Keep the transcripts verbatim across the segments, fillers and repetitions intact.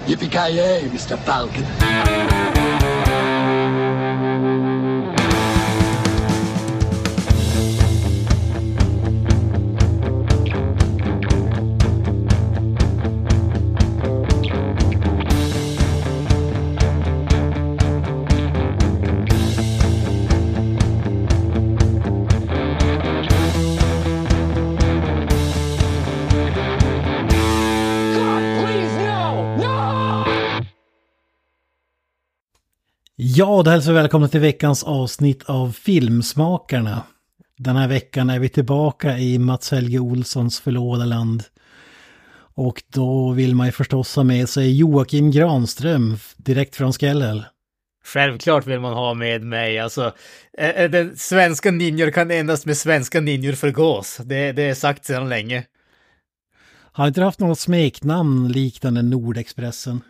Yippee-ki-yay, mister Falcon. Ja, då hälsar vi välkomna till veckans avsnitt av Filmsmakarna. Den här veckan är vi tillbaka i Mats Helge Olssons förlovade land. Och då vill man ju förstås ha med sig Joakim Granström direkt från Skellel. Självklart vill man ha med mig. Alltså, äh, den svenska ninjor kan endast med svenska ninjor förgås. Det, det är sagt sedan länge. Har inte haft något smeknamn liknande Nordexpressen?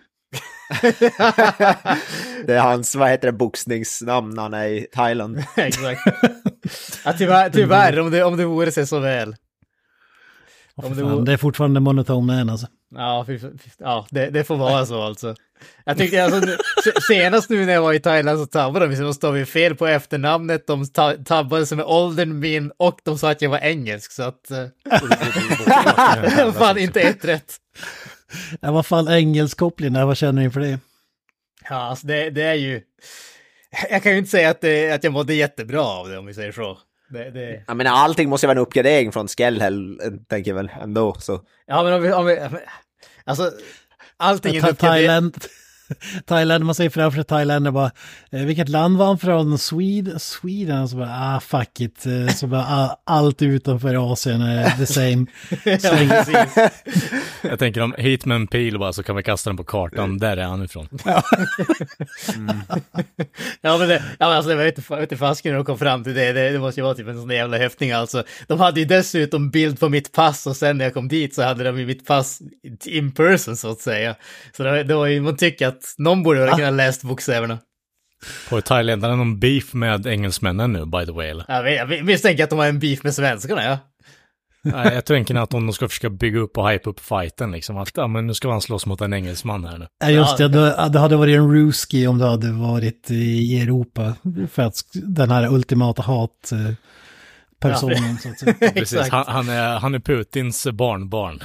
Det är hans, vad heter det, boxningsnamn när han är i Thailand. Exakt. Ja, tyvärr, tyvärr om, det, om det vore sig så väl. Oh, om det, vore... det är fortfarande monoton med alltså. Ja, ja det, det får vara så alltså. Jag tyckte alltså, nu, senast nu när jag var i Thailand så tabbade de, de stod fel på efternamnet, de tabbade sig med åldern min och de sa att jag var engelsk, så att uh, fan inte ett rätt. Ja, vad fan engelskopplingen, vad känner ni för det? Ja, alltså det, det är ju... Jag kan ju inte säga att, det, att jag mådde jättebra av det, om vi säger så. Det, det... Jag menar, allting måste ju vara en uppgradering från Skellhäll, tänker jag väl ändå. Så. Ja, men om vi... Om vi alltså, allting är en uppgradering. Thailand, Thailand, man säger framför Thailand och bara, eh, vilket land var han från? Sweden? Sweden? Så bara, ah, fuck it. Så bara, ah, allt utanför Asien är the same. Ja, jag tänker om hit med en pil bara, så kan vi kasta den på kartan. Där är han ifrån. Ja, mm. ja men det, ja, alltså, det var inte, inte fasken när de kom fram till det. det. Det måste ju vara typ en sån jävla häftning alltså. De hade ju dessutom bild på mitt pass och sen när jag kom dit så hade de ju mitt pass in person så att säga. Så det, det var ju, man tycker att någon borde ha kunnat läst bokstäverna. På Thailand är det någon beef med engelsmännen nu, by the way? Eller? Ja, jag misstänker att de har en beef med svenskarna, ja. Nej, jag tänker att de ska försöka bygga upp och hype upp fighten liksom. Att, ja, men nu ska man slås mot en engelsman här nu. Ja, just det. Det, det hade varit en ruski om det hade varit i Europa. För att den här ultimata hatpersonen. Ja, så att säga. Precis, han, han, är, han är Putins barnbarn.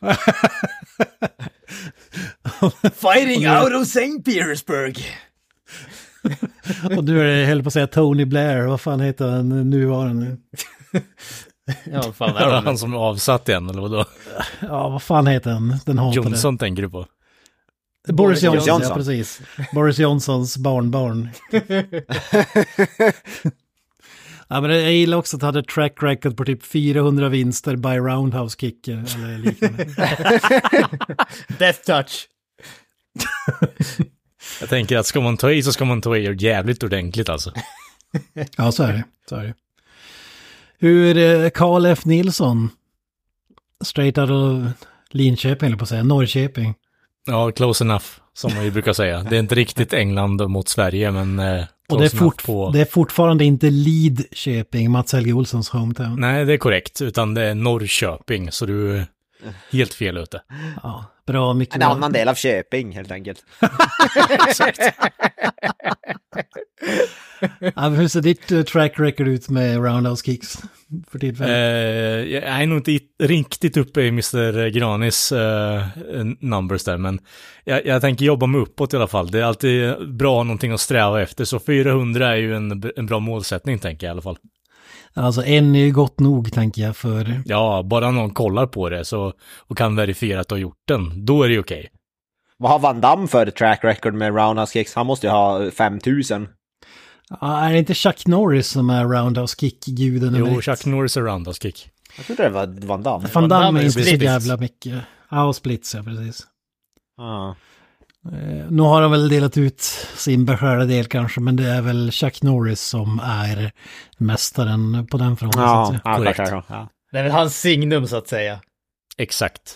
Fighting out of Saint Petersburg. Och du är helt på att säga Tony Blair. Vad fan heter han nuvarande? Ja, vad fan är det? Han som är avsatt igen, eller vadå? Ja, vad fan heter han? Den Johnson tänker du på. Boris, Boris Johnson, Johnson, ja precis. Boris Johnsons barnbarn. Ja, men jag gillar också att det hade track record på typ fyrahundra vinster by roundhouse kick eller liknande. Death touch. Jag tänker att ska man ta i så ska man ta i jävligt ordentligt alltså. Ja, så är det. Så är det. Hur eh, Carl F. Nilsson straight out of Linköping, eller på att säga, Norrköping. Ja, close enough, som man ju brukar säga. Det är inte riktigt England mot Sverige, men eh, och det är, fort, på... det är fortfarande inte Lidköping, Mats Helge Olssons hometown. Nej, det är korrekt, utan det är Norrköping, så du är helt fel ute. Ja, bra mycket. En annan del av Köping, helt enkelt. Exakt. Ja, hur ser ditt uh, track record ut med roundhouse kicks för tillfället? Eh, jag är nog inte riktigt uppe i mister Granis eh, numbers där, men jag, jag tänker jobba mig uppåt i alla fall. Det är alltid bra att ha någonting att sträva efter, så fyrahundra är ju en, en bra målsättning, tänker jag i alla fall. Alltså en är ju gott nog, tänker jag, för... Ja, bara någon kollar på det så, och kan verifiera att du har gjort den, då är det ju okej. Okay. Vad har Van Damme för track record med roundhouse kicks? Han måste ju ha fem tusen. Ja, är det inte Chuck Norris som är roundhouse kick-guden? Jo, Chuck Norris är roundhouse kick. Jag trodde det var Van Damme. Van Damme är inte så jävla mycket. Ja, och splits, ja, precis. Ah. Eh, nu har de väl delat ut sin beskärda del kanske, men det är väl Chuck Norris som är mästaren på den fronten. Ja, så att ja, korrekt. klart, ja. Det är väl hans signum, så att säga. Exakt.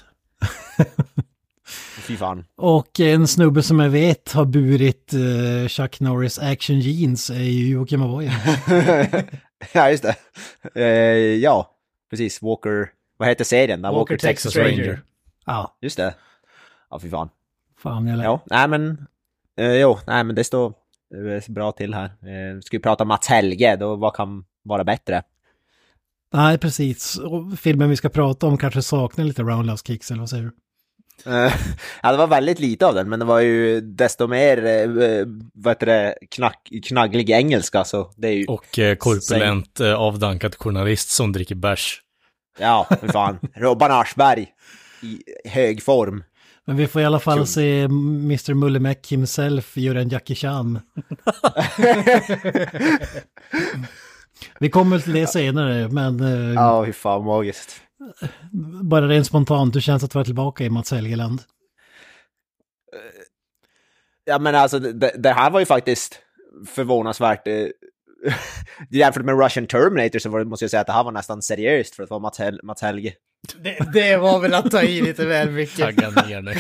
Fy fan. Och en snubbe som jag vet har burit uh, Chuck Norris action jeans är ju Joakim Avoya. Ja, just det. Uh, ja, precis. Walker, vad heter serien? Walker, Walker Texas, Texas Ranger. Ranger. Ja. Just det. Ja, fy fan. Fan, jag lär. Ja, nej men... Eh, jo, nej men det står eh, bra till här. Eh, ska vi prata om Mats Helge, då vad kan vara bättre? Nej, precis. Och filmen vi ska prata om kanske saknar lite roundhouse kicks, eller vad säger du? Uh, ja, det var väldigt lite av den, men det var ju desto mer uh, vad heter det, knack, knagglig engelska, så det är ju... Och eh, korpulent eh, avdankad journalist som dricker bärs. Ja, för fan. Robban Aschberg i hög form. Men vi får i alla fall Kul. se mister Mullimäck himself göra en Jackie Chan. Vi kommer till det senare, men uh, Ja, hur fan magiskt. bara rent spontant, du känns att vara tillbaka i Mats Helgeland. Ja, men alltså det, det här var ju faktiskt förvånansvärt. Eh, jämfört med Russian Terminator så var det, måste jag säga att det här var nästan seriöst för att vara Mats, Hel- Mats Helge. Det, det var väl att ta i lite väl mycket. Tagga ner nu.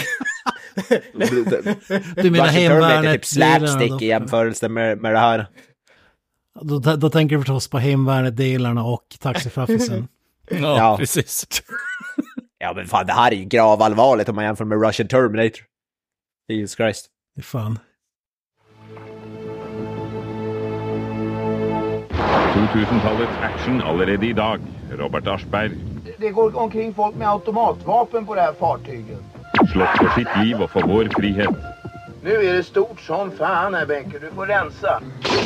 Du menar Russian Terminator hemvärnet? typ slapstick i jämförelse med, med det här. Då, då tänker du förstås på hemvärnet-delarna och taxifaffisen. Ja, Ja. precis. Ja, men fan, det här är ju gravallvarligt om man jämför med Russian Terminator. Jesus Christ. Fan. tjugotusentallets action allerede i dag. Robert Aschberg Det går omkring folk med automatvapen på det här fartyget. slåss för sitt liv och för vår frihet. Nu är det stort som fan här, Benke. Du får rensa.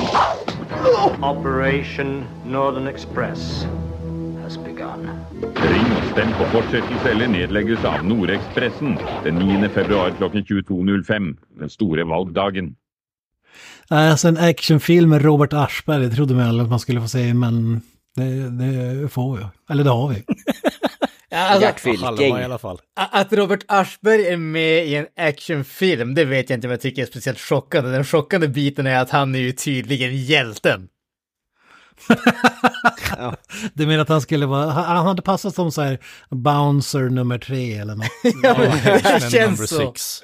Operation Northern Express has begun. Ring och stäm på fortsättelse eller nedläggelse av Nordexpressen den nionde februari klockan tjugotvå noll fem, den stora valgdagen. Alltså en actionfilm med Robert Aschberg, det trodde man aldrig att man skulle få se, men det, det får vi. Eller det har vi. Ja, alltså, Gert Fylking. Halva i alla fall. att Robert Aschberg är med i en actionfilm, det vet jag inte om jag tycker är speciellt chockande. Den chockande biten är att han är ju tydligen hjälten. Ja. Du menar att han skulle vara, han han hade passat som så här bouncer nummer tre eller något. Ja, men det Men känns number så. six.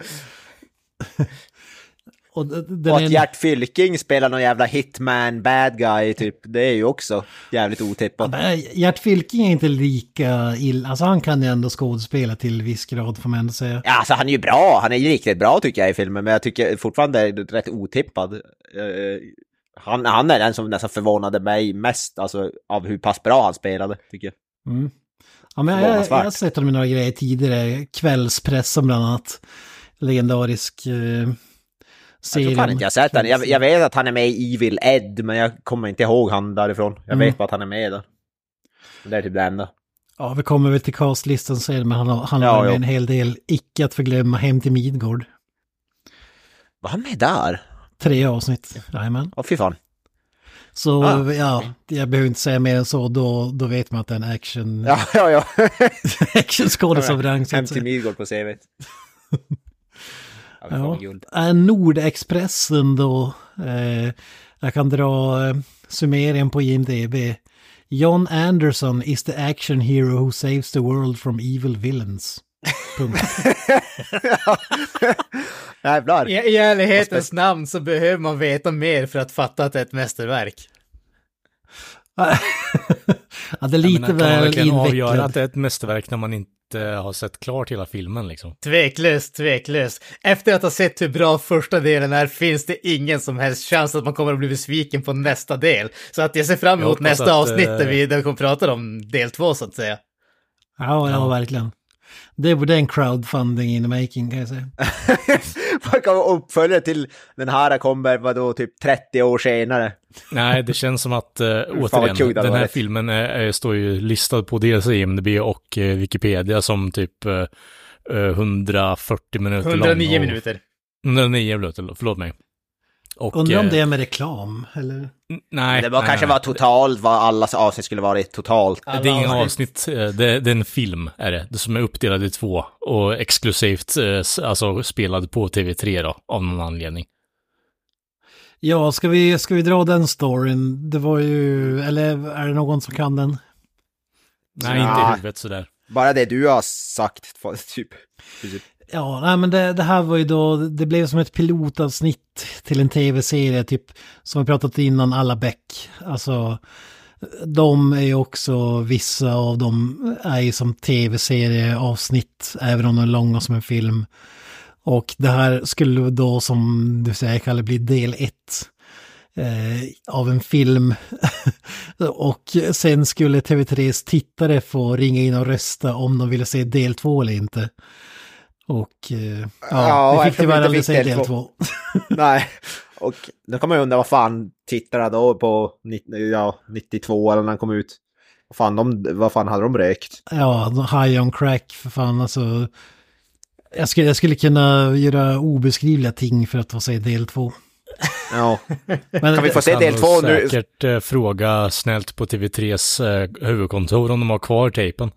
Och d- den Och är att en- Gert Fylking spelar någon jävla hitman bad guy typ, det är ju också jävligt otippat. Men Gert Fylking är inte lika illa, alltså han kan ju ändå skådespela till viss grad får man ändå säga. Ja, alltså han är ju bra, han är ju riktigt bra tycker jag i filmen, men jag tycker fortfarande är det rätt otippad. Uh, han, han är den som nästan förvånade mig mest, alltså av hur pass bra han spelade, tycker jag. Mm. Ja, men jag, jag, jag har sett honom i några grejer tidigare, kvällspressen bland annat, legendarisk uh, Jag tror fan inte jag har sett den. Jag, jag vet att han är med i Evil Ed, men jag kommer inte ihåg han därifrån. Jag Mm. vet bara att han är med där. Det är typ det enda. Ja, vi kommer väl till castlistan sen, men han har, han Ja, har med jo. en hel del, icke att förglömma, Hem till Midgård. Var han med där? Tre avsnitt, jajamän. Åh, fy fan. Så Ah. ja, jag behöver inte säga mer än så, då, då vet man att det är en action, Ja, ja, ja. actionskådespelare. Hem till Midgård på C V:t. Ja, Ja. guld. Äh, Nordexpressen då, eh, jag kan dra eh, summeringen på I M D B. John Anderson is the action hero who saves the world from evil villains. Punkt. Jävlar. I, I ärlighetens namn så behöver man veta mer för att fatta att det är ett mästerverk. Ja, det är lite Men kan man väl verkligen avgöra att invecklat. det är ett mästerverk när man inte har sett klart hela filmen liksom? Tveklöst, tveklöst. Efter att ha sett hur bra första delen är finns det ingen som helst chans att man kommer att bli besviken på nästa del. Så att jag ser fram emot Jag hoppas nästa att, avsnitt eh, där vi där vi kommer prata om del två så att säga. Ja, ja, verkligen. Det är en crowdfunding in the making kan jag säga. Man kan uppfölja till den här kommer vadå typ trettio år senare. Nej, det känns som att, uh, vad återigen, kul det hade den här varit. filmen är, är, står ju listad på dels I M D B och uh, Wikipedia som typ uh, uh, hundrafyrtio minuter lång. hundranio och- minuter. hundranio minuter, förlåt mig. Och, Undrar om eh, det är med reklam, eller? n- Nej, Det var nej, kanske nej. var totalt vad alla avsnitt skulle vara totalt. Det är ingen avsnitt, eh, det, det är en film är det, det som är uppdelad i två och exklusivt eh, s- alltså spelad på T V tre då, av någon anledning. Ja, ska vi, ska vi dra den storyn? Det var ju, eller är det någon som kan den? Nej, Ja. inte i huvudet sådär. Bara det du har sagt, typ. Typ. Ja, nej, men det, det här var ju då, det blev som ett pilotavsnitt till en tv-serie, typ som vi pratat innan, Alla Bäck. Alltså, de är ju också, vissa av dem är ju som tv-serieavsnitt, även om de är långa som en film. Och det här skulle då, som du säger, Kalle, bli del ett eh, av en film. Och sen skulle T V tres tittare få ringa in och rösta om de ville se del två eller inte. Och eh, ja, Ja, vi fick tyvärr aldrig se del del två. två. Nej, och då kan man ju undra vad fan tittarna då på nittio, ja, nittiotvå eller när den kom ut. Vad fan, de, vad fan hade de rökt? Ja, High on Crack, för fan, alltså. Jag skulle, jag skulle kunna göra obeskrivliga ting för att få se del två. Ja. Men, Kan vi få se Kan del nog två nu? säkert eh, fråga snällt på T V tres eh, huvudkontor om de har kvar tejpen.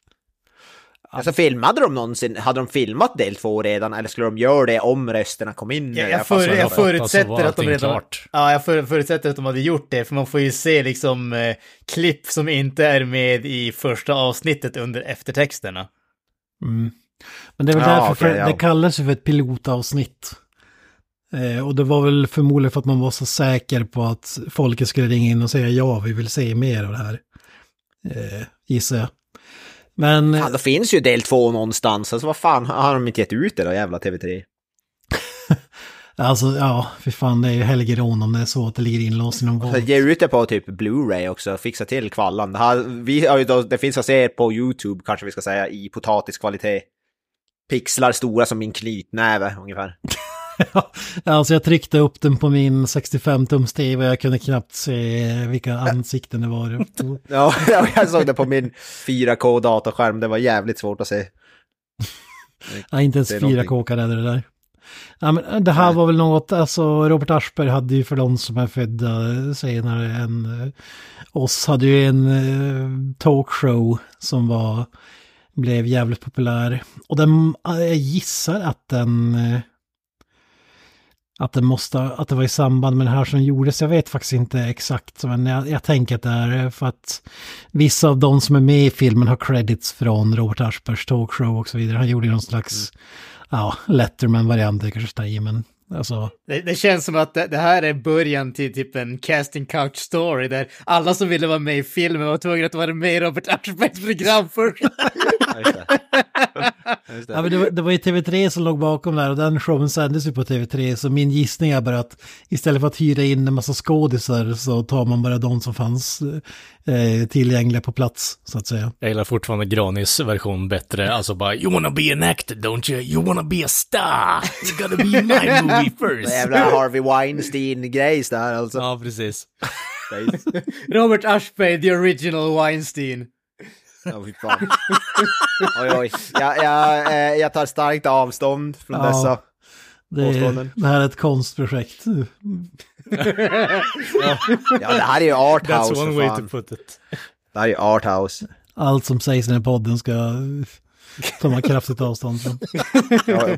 Alltså filmade de någonsin, hade de filmat del två redan eller skulle de göra det om rösterna kom in? Ja, I alla jag, fall för, så jag här. förutsätter var att de allting redan... klart. Ja, jag för, förutsätter att de hade gjort det, för man får ju se liksom eh, klipp som inte är med i första avsnittet under eftertexterna. mm. Men det är väl Ja, därför okej, för, ja. det kallas ju för ett pilotavsnitt. Eh, och det var väl förmodligen för att man var så säker på att folket skulle ringa in och säga ja, vi vill se mer av det här. Eh, gissar jag. Men... Fan, då finns ju del två någonstans, alltså vad fan har de inte gett ut det då, jävla T V tre? Alltså, ja, för fan, det är ju helgerån om det är så att det ligger inlåst i någon Så vault. ge ut det på typ Blu-ray också, fixa till kvallan. Det, här, vi har ju då, det finns att se på YouTube, kanske vi ska säga, i potatiskvalitet. Pixlar stora som min knytnäve ungefär. Ja, alltså jag tryckte upp den på min sextiofem-tums T V och jag kunde knappt se vilka ansikten det var. Ja, jag såg det på min fyra K-dataskärm, det var jävligt svårt att se. Ja, inte ens Det är fyra K-kar är det där. Ja, men det här Nej. var väl något, alltså Robert Aschberg hade ju för de som är födda senare än eh, oss, hade ju en eh, talkshow som var, blev jävligt populär. Och den, jag gissar att den... Eh, Att det, måste, att det var i samband med det här som gjordes. Jag vet faktiskt inte exakt. Men jag, jag tänker att det är för att vissa av de som är med i filmen har credits från Robert Aschbergs talkshow och så vidare. Han gjorde någon slags mm. ja, Letterman-variant, det kanske stämmer, men alltså... Det, det känns som att det, det här är början till typ en casting couch story där alla som ville vara med i filmen var tvungna att vara med i Robert Aschbergs program först. Ja, men det, var, det var ju T V tre som låg bakom där och den showen sändes ju på T V tre, så min gissning är bara att istället för att hyra in en massa skådisar så tar man bara de som fanns eh, tillgängliga på plats, så att säga. Jag gillar fortfarande Granis version bättre, alltså bara you wanna be an actor, don't you? You wanna be a star! You gotta be my movie first! Det jävla Harvey Weinstein-grejs där alltså. Ja, precis. Robert Aschberg, the original Weinstein. Ja, fy fan. Oj, oj. Jag, jag, eh, jag tar starkt avstånd från Ja, dessa det, påståenden. det här är ett konstprojekt. Ja, det här är ju arthouse. That's one för way fan. to put it. Det här är ju arthouse. Allt som sägs i den här podden ska ta man kraftigt avstånd från. Ja,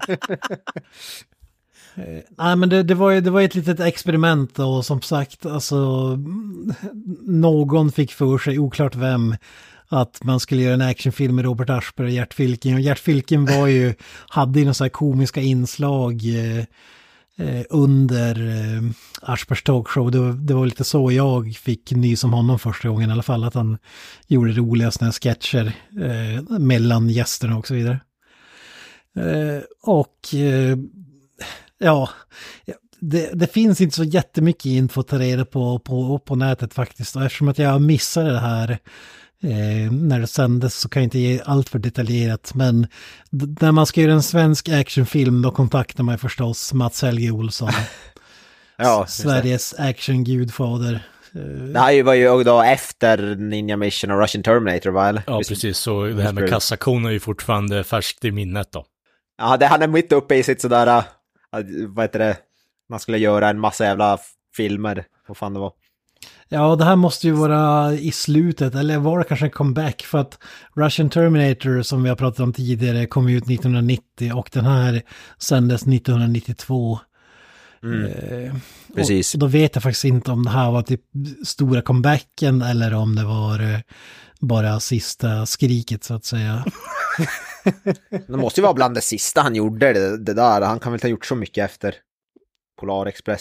Eh, Nej, men det, det var ju det var ett litet experiment och som sagt, alltså någon fick för sig, oklart vem, att man skulle göra en actionfilm med Robert Aschberg och Gert Fylking. Och Gert Fylking var ju, hade ju några så här komiska inslag eh, eh, under eh, Aschbergs talkshow. Det var, det var lite så jag fick nys om honom första gången i alla fall, att han gjorde roliga såna här sketcher eh, mellan gästerna och så vidare. Eh, och eh, ja, det, det finns inte så jättemycket info att ta reda på, på på nätet faktiskt. Och eftersom att jag missade det här eh, när det sändes så kan jag inte ge allt för detaljerat. Men d- när man ska göra en svensk actionfilm då kontaktar man förstås Mats Helge Olsson. ja, S- Sveriges action-gudfader. Eh, det här var ju då efter Ninja Mission och Russian Terminator, va? Eller? Ja, Visst- precis. Så det här med Visst. kassakon är ju fortfarande färskt i minnet då. Ja, det han är mitt uppe i sitt sådär, äh, vad heter det, man skulle göra en massa jävla f- filmer, vad fan det var. Ja, det här måste ju vara i slutet, eller var det kanske en comeback, för att Russian Terminator som vi har pratat om tidigare kom ut nittonhundranittio och den här sändes nittonhundranittiotvå. Mm. Eh, Precis. Och, och då vet jag faktiskt inte om det här var typ stora comebacken eller om det var eh, bara sista skriket så att säga. Det måste ju vara bland det sista han gjorde, det, det där. Han kan väl inte ha gjort så mycket efter Polarexpressen.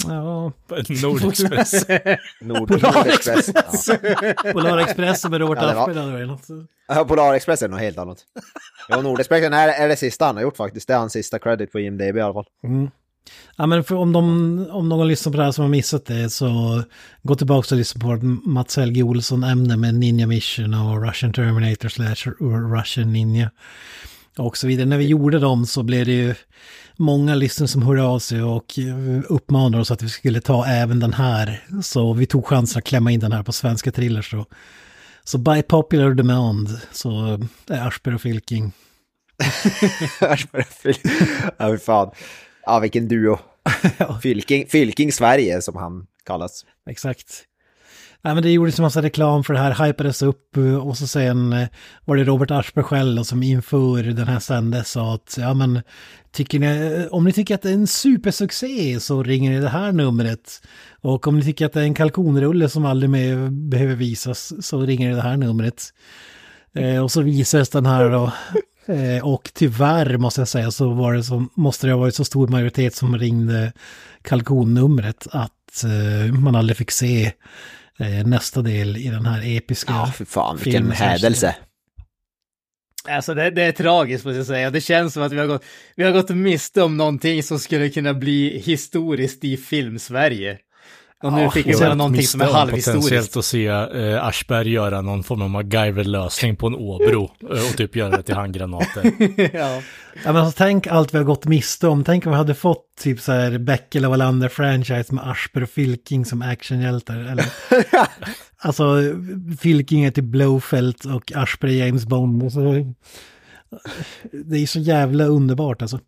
Ja. Nordexpress. Nord- Nordexpress. Ja. Polarexpress med Robert Ja, det var- Aschberg. Det var något. Ja, Polarexpress är något helt annat. Ja, Nordexpressen är, är det sista han har gjort faktiskt. Det är hans sista credit på I M D B i alla fall. Mm. Ja, men för om, de, om någon lyssnar på det här som har missat det, så gå tillbaka och lyssna på Mats Helge Olsson-ämne med Ninja Mission och Russian Terminator slash Russian Ninja och så vidare. När vi gjorde dem så blev det ju många lyssnare som hörde av sig och uppmanade oss att vi skulle ta även den här. Så vi tog chansen att klämma in den här på svenska thrillers då. Så by popular demand så är Aschberg och Fylking. Aschberg och Fylking. Ja, fan. Ja, vilken duo. Fylking, Fylking Sverige som han kallas. Exakt. Ja, men det gjordes en massa reklam för det här, hypades upp och så sen var det Robert Aschberg själv som inför den här sändes sa att ja, men tycker ni, om ni tycker att det är en supersuccé så ringer ni det här numret, och om ni tycker att det är en kalkonrulle som aldrig mer behöver visas så ringer ni det här numret. Eh, och så visades den här då. Eh, och tyvärr måste jag säga så var det så, måste det ha varit så stor majoritet som ringde kalkonnumret att eh, man aldrig fick se eh, nästa del i den här episka Ja, för fan, vilken filmen. hädelse. Alltså det, det är tragiskt måste jag säga. Det känns som att vi har gått, vi har gått miste om någonting som skulle kunna bli historiskt i film-Sverige. Och nu Ja, fick vi bara någonting som är halvhistoriskt. Potentiellt att se eh, Aschberg göra någon form av MacGyver-lösning på en åbro eh, och typ göra det till handgranater. Ja. Ja, men alltså, tänk allt vi har gått miste om. Tänk om vi hade fått typ så här Beckel och Wallander-franchise med Aschberg och Fylking som actionhjältar. Eller, alltså, Fylking är till Blofeld och Aschberg James Bond. Och så, det är så jävla underbart alltså.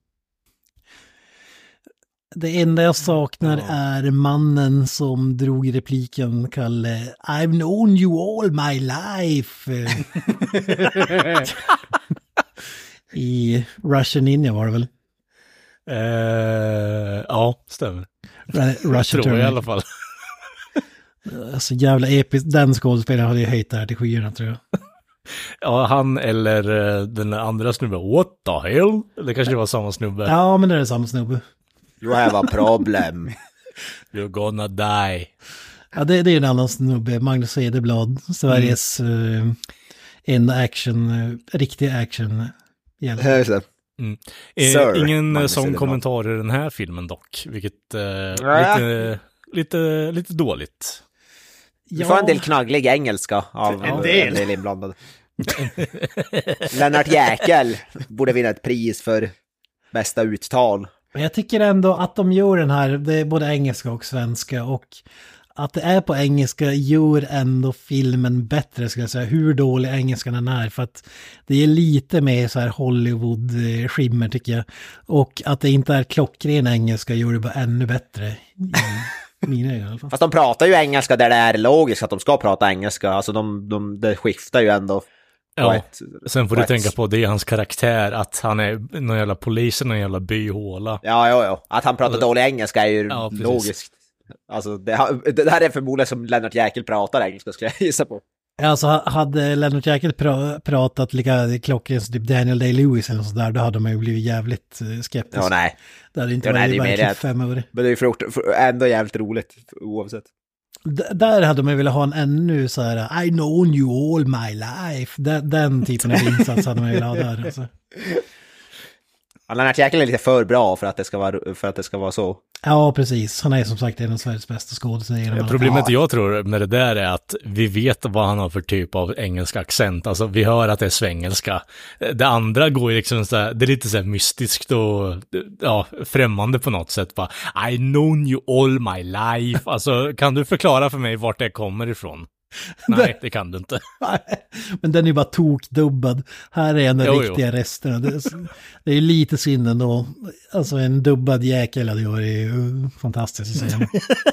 Det enda jag saknar ja. är mannen som drog repliken Kalle, I've known you all my life. I Russian Ninja var det väl? Uh, ja, stämmer. Russian tror jag i alla fall. Alltså jävla episkt. Den skådespelaren hade ju höjt det här till skyarna tror jag. Ja, han eller uh, den andra snubben. What the hell? Det kanske var samma snubbe. Ja, men det är samma snubbe. You have a problem. You're gonna die. Ja, det, det är en annan snubbe. Magnus Cederblad. Sveriges mm. uh, enda action, uh, riktig action. Mm. Eh, ingen sån kommentar i den här filmen dock. Vilket eh, lite, lite, lite dåligt. Du får en del knagglig engelska av en del, en del inblandade. Lennart Jäkel borde vinna ett pris för bästa uttal. Jag tycker ändå att de gör den här, det är både engelska och svenska, och att det är på engelska gör ändå filmen bättre, ska jag säga, hur dålig engelskan den är, för att det är lite mer så här Hollywood-skimmer tycker jag, och att det inte är klockren engelska gör det bara ännu bättre i mina i alla fall. Fast de pratar ju engelska där det är logiskt att de ska prata engelska, alltså de, de, det skiftar ju ändå. Ja, ett, sen får du ett... tänka på det är hans karaktär, att han är någon jävla polis, någon jävla byhåla. Ja, ja, ja. Att han pratar dålig engelska är ju ja, logiskt. Alltså, det, det här är förmodligen som Lennart Jäkel pratar engelska, ska jag gissa på. Alltså, hade Lennart Jäkel pra- pratat lika klockrent som typ Daniel Day-Lewis eller sådär, då hade man ju blivit jävligt skeptisk. Ja, nej. Det hade inte ja, varit nej, verkligen fem år. Men det är ju för, för, ändå jävligt roligt, oavsett. D- där hade man velat ha en ännu så här I known you all my life. Den, den typen av insats hade man velat ha där. Alltså. Ja, Lennart Jäkel är lite för bra för att det ska vara, för att det ska vara så. Ja, precis. Han är som sagt en av Sveriges bästa skådespelare. Ja, problemet jag tror med det där är att vi vet vad han har för typ av engelska accent. Alltså vi hör att det är svengelska. Det andra går ju liksom så här, det är lite så här mystiskt och ja, främmande på något sätt. Bara, I known you all my life. Alltså kan du förklara för mig vart det kommer ifrån? Nej, det kan du inte. Men den är ju bara tokdubbad. Här är en av de riktiga resterna. Det är, det är lite synd ändå. Alltså en dubbad jäkel hade varit ju fantastiskt att säga.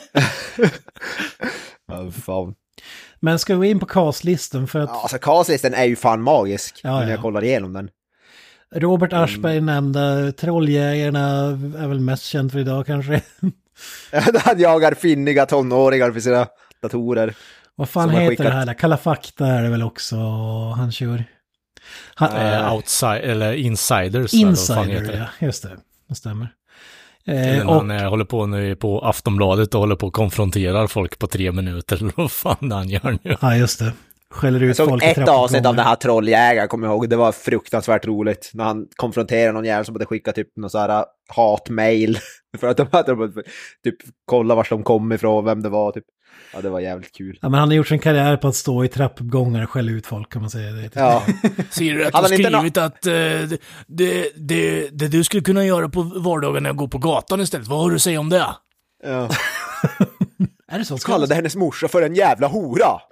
Ja, fan. Men ska vi in på castlistan för att... Ja, alltså castlistan är ju fan magisk ja, när jag ja. kollar igenom den. Robert Aschberg mm. nämnde, Trolljägarna är väl mest känd för idag kanske. Ja, han jagar finniga tonåringar för sina datorer. Vad fan heter skickat... det här? Kalla fakta är det väl också han kör. Han... Uh, outside, eller Insiders. Insider, ja. Just det. Det stämmer. Eller Eh, när och, han är, håller på nu på Aftonbladet och håller på och konfronterar folk på tre minuter. Eller vad fan han gör nu. ja, just det. Skäller ut Jag såg folk i ett avsnitt av trappuppgångar. den här trolljägaren, kommer jag ihåg. Det var fruktansvärt roligt. När han konfronterar någon jävel som hade skickat typ någon så här hatmail. För att de hade typ kolla vart de kom ifrån, vem det var typ. Ja, det var jävligt kul. Ja, men han har gjort sin karriär på att stå i trappuppgångar och skälla ut folk, kan man säga. Det är Ja. Ser du att Hade du han inte skrivit att eh, det, det, det du skulle kunna göra på vardagen är att gå på gatan istället? Vad har du att säga om det? Ja. är det så? Kallade hennes morsa för en jävla hora.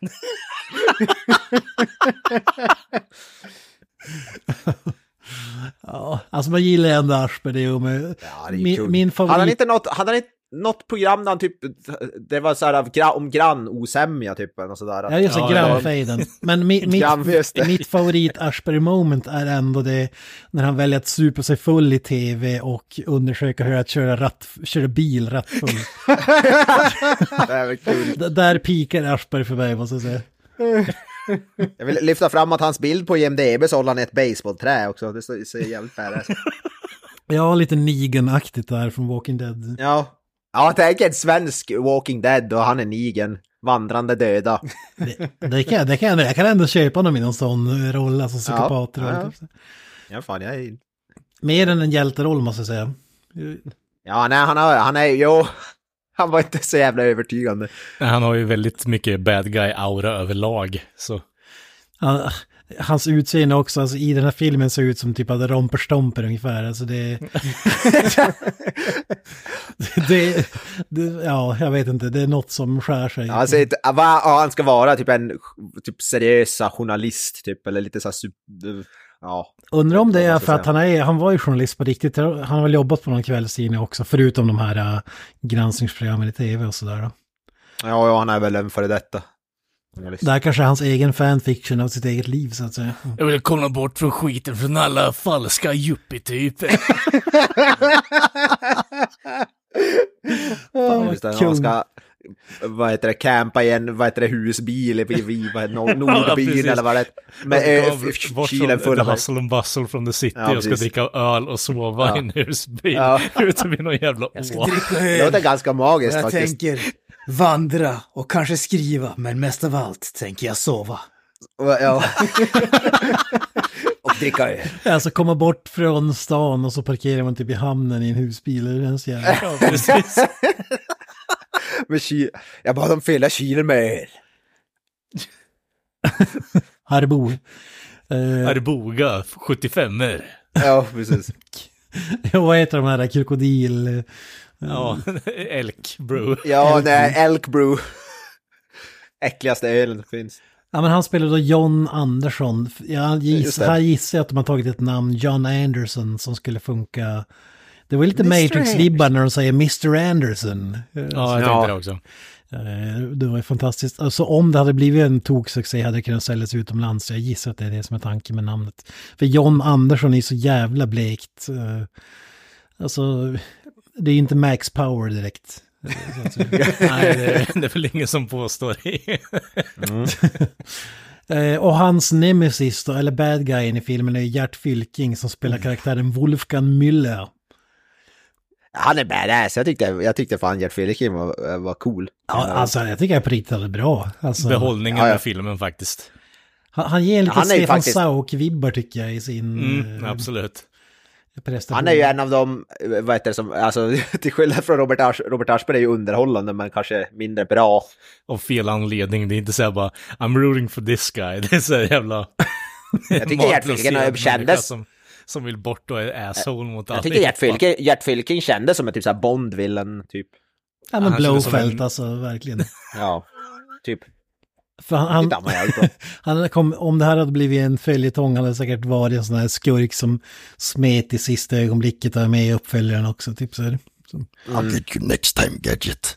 Ja, alltså man gillar ändå Aschberg. Det är ju med, Ja, det är min, kul. min favorit... Hade han inte något, hade han inte något program där han typ, det var så här av gra, om grannosämja typ och sådär. Ja, just det, Ja, grannfejden. Men mi, mitt, Grann, just det. mitt favorit Aschberg-moment är ändå det när han väljer att supa sig full i tv och undersöka hur att köra, ratt, köra bil rattfull. Det är väl kul. D- där pikar Aschberg för mig, måste jag säga. Jag vill lyfta fram att hans bild på I M D B så håller han i ett baseballträ också. Det ser, ser jävligt badass. Ja, lite Negan-aktigt där från Walking Dead. Ja. Ja, tänk en svensk Walking Dead och han är Negan. Vandrande döda. Det, det, kan, det kan, jag kan ändå köpa honom i någon sån roll, alltså psykopatroll. Ja, ja. Typ. Ja, fan, jag är... Mer än en hjälteroll, måste jag säga. Ja, nej, han, har, han är jo... Han var inte så jävla övertygande. Han har ju väldigt mycket bad guy-aura överlag, så... Han, hans utseende också, alltså i den här filmen ser ut som typ av romperstomper ungefär, alltså det, det, det, ja, jag vet inte, det är något som skär sig. Ja, alltså, ett- va, ja, han ska vara typ en typ seriösa journalist typ, eller lite så här super, ja. Undrar om det vad är man ska för att säga. han är, han var ju journalist på riktigt, han har väl jobbat på någon kvällstidning också, förutom de här uh, granskningsprogrammen i tv och sådär då. Ja, ja, han är väl en före detta journalist. Det här kanske är hans egen fanfiction av sitt eget liv, så att säga. Jag vill komma bort från skiten från alla falska yuppie-typer. Fan, Just det, vad kung. han ska, vad heter det, campa i en, vad heter det, husbil i, i vad heter det, Nordbyn precis. eller vad det är. Med ö, Bort kylen från full the av... hustle and bustle from the city Ja, och ska precis. dricka öl och sova Ja. i en husbil. Ja. Ute vid någon jävla å. Det låter ganska magiskt faktiskt. tänker vandra och kanske skriva, men mest av allt tänker jag sova. Ja. Och dricka öl. Alltså komma bort från stan och så parkerar man typ i hamnen i en husbil, det är ens jävla... Ja, precis. Med kyl. Jag bad dem fylla kylen med öl. Harbo. Eh, Arboga, sjuttiofem-er. Ja, precis. vad heter de här krokodil... Ja, elk, bro. Ja, nej, Elk Brew. Äckligaste ölen som finns. Ja, men han spelade då John Andersson. Jag Just giss, det. här gissar jag att de har tagit ett namn, John Anderson, som skulle funka. Det var lite mister Matrix-vibbar när de säger mister Anderson. Ja, jag Ja. tänkte det också. Eh, Det var ju fantastiskt. Alltså om det hade blivit en toksuccé hade det kunnat säljas utomlands. Jag gissar att det är det som är tanken med namnet. För John Andersson är så jävla blekt. Eh, Alltså, det är inte Max Power direkt. Eh, så att- Nej, det, det är väl ingen som påstår det. Eh, och hans nemesis då, eller bad guyen i filmen är Gert Fylking som spelar karaktären Wolfgang Müller. Han är badass. Jag tyckte, jag tyckte fan Gert Fylking var, var cool. Ja, alltså jag tycker jag på riktigt är bra. Alltså, Behållningen Ja, ja. med filmen faktiskt. han, han ger lite Han är ju Stefan faktiskt- Sauk-vibbar tycker jag i sin Mm, eh, absolut. prestation. Han är ju en av dem, vad heter det, som, alltså till skillnad från Robert, Asch, Robert Aschberg är ju underhållande men kanske mindre bra. Av fel anledning. Det är inte så här bara, I'm rooting for this guy. Det är så här jävla... Jag tycker Gert Fylking malplacerad kändes- människa Som, som vill bort och är asshole mot alla. Jag tycker Gert Fylking, Gert Fylking kändes som en typ så här Bond-villain typ. Ja, men Han känns som Blowfelt en- alltså, verkligen. Ja, typ. För han, Tyckte han, han var jävligt bra. han kom, om det här hade blivit en följetong hade det säkert varit en sån här skurk som smet i sista ögonblicket och är med i uppföljaren också. Typ så här. Så. I'll get you next time, Gadget.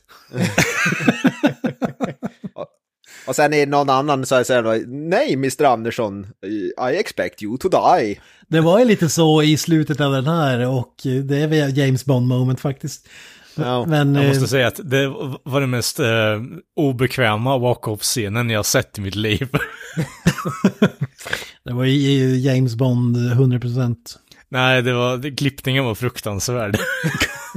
Och sen är någon annan så säger då, nej mister Andersson, I expect you to die. Det var ju lite så i slutet av den här och det är väl James Bond moment faktiskt. Ja. Men Jag eh, måste säga att det var det mest eh, obekväma walk-off-scenen jag sett i mitt liv. det var ju James Bond hundra procent. Nej, det var, det, klippningen var fruktansvärd.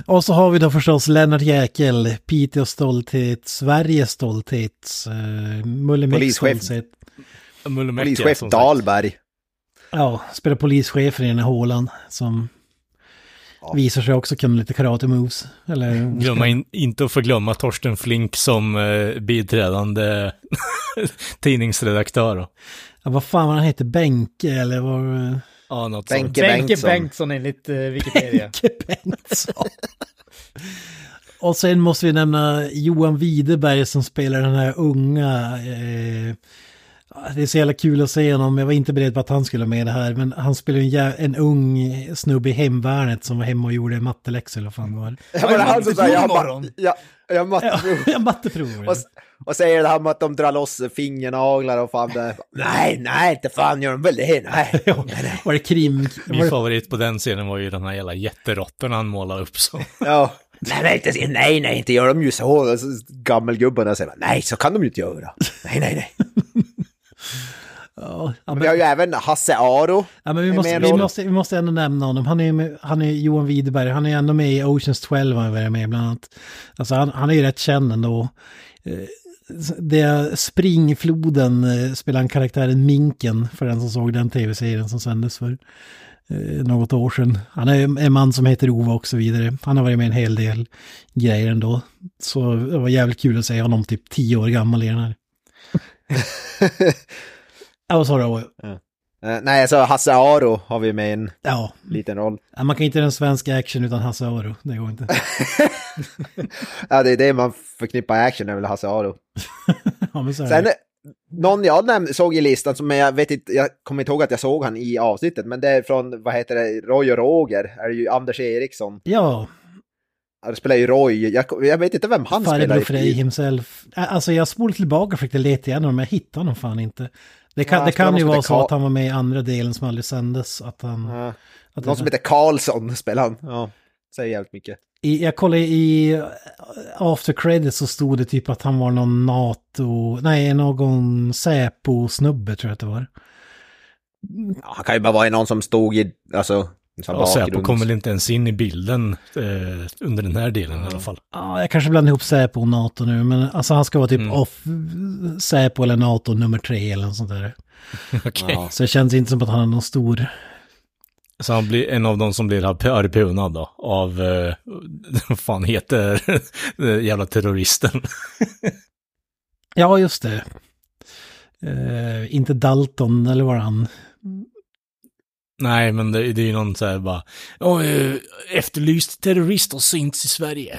Och så har vi då förstås Lennart Jäkel, Piteås stolthet, Sveriges stolthet, uh, Mullemäcks stolthet. Polischef Dahlberg. Ja, spelar polischefen i den här hålan som ja. visar sig också kunna lite karate moves. Eller... Glömma in, inte att förglömma Torsten Flink som eh, biträdande tidningsredaktör. Då. Ja, vad fan var han heter? Bänke eller vad... Ja, något Bänke sånt. Bengtsson. Bengtsson enligt uh, Wikipedia. Bänke Bengtsson. Och sen måste vi nämna Johan Widerberg som spelar den här unga... Eh, det är så jävla kul att se honom. Jag var inte beredd på att han skulle med det här. Men han spelar en, jä- en ung snubbe i hemvärnet som var hemma och gjorde matteläxor. Eller fan var. Ja, men han som säger, jag har ja, jag matteprov. Ja, matteprov. och, och säger det här med att de drar loss fingernaglar och fan det. Nej, nej, inte fan gör de väl det. Nej. Ja, var det krim? Min var det... favorit på den scenen var ju den här jävla jätteråttorna han målade upp så. Ja. Nej, nej, inte, nej, nej, inte gör de ju så. så gammelgubbarna säger, nej, så kan de ju inte göra. Nej, nej, nej. Ja, men vi har ju även Hasse Aro. Ja, men vi, måste, vi, måste, vi måste ändå nämna honom. Han är, med, han är Johan Widerberg. Han är ändå med i Oceans tolv. Han är med bland annat. Alltså han, han är ju rätt känd ändå. Det Springfloden spelar han karaktären Minken för den som såg den tv-serien som sändes för något år sedan. Han är en man som heter Ove och så vidare. Han har varit med en hel del grejer ändå. Så det var jävligt kul att se honom typ tio år gammal i den här. Ja, vad sa du? Ja. Uh, nej, alltså Hasse Aro har vi med en ja. liten roll. Ja, man kan inte göra en svensk action utan Hasse Aro. Det går inte. Ja, det är det man förknippar action är väl Hasse Aro. Ja, men så är Sen, det. någon jag nämnde, såg i listan som jag vet inte, jag kommer inte ihåg att jag såg han i avsnittet, men det är från, vad heter det, Roy och Roger, är det ju Anders Eriksson. Ja. Han spelar ju Roy, jag, jag vet inte vem han Farbror spelar. Frej himself. Alltså jag spolade tillbaka för att jag letade igenom, men jag hittade honom fan inte. Det kan, ja, det kan ju vara så Ka- att han var med i andra delen som aldrig sändes. Att han, ja. att Någon som heter Karlsson spelar han. Ja, säger jävligt mycket. I, jag kollade i After Credits så stod det typ att han var någon NATO, nej någon Säpo-snubbe tror jag att det var. Ja, han kan ju bara vara någon som stod i, alltså... Ja, Säpo kom väl inte ens in i bilden eh, under den här delen mm. i alla fall. Ja, jag kanske blandar ihop Säpo och NATO nu, men alltså han ska vara typ mm. off Säpo eller NATO nummer tre eller något sånt där. Okay. Ja, så det känns inte som att han är någon stor... Så han blir en av de som blir arpunad då, av, eh, vad fan heter jävla terroristen. Ja, just det. Eh, inte Dalton, eller var han... Nej, men det, det är ju någon så här bara, oh, efterlyst terrorist och synts i Sverige.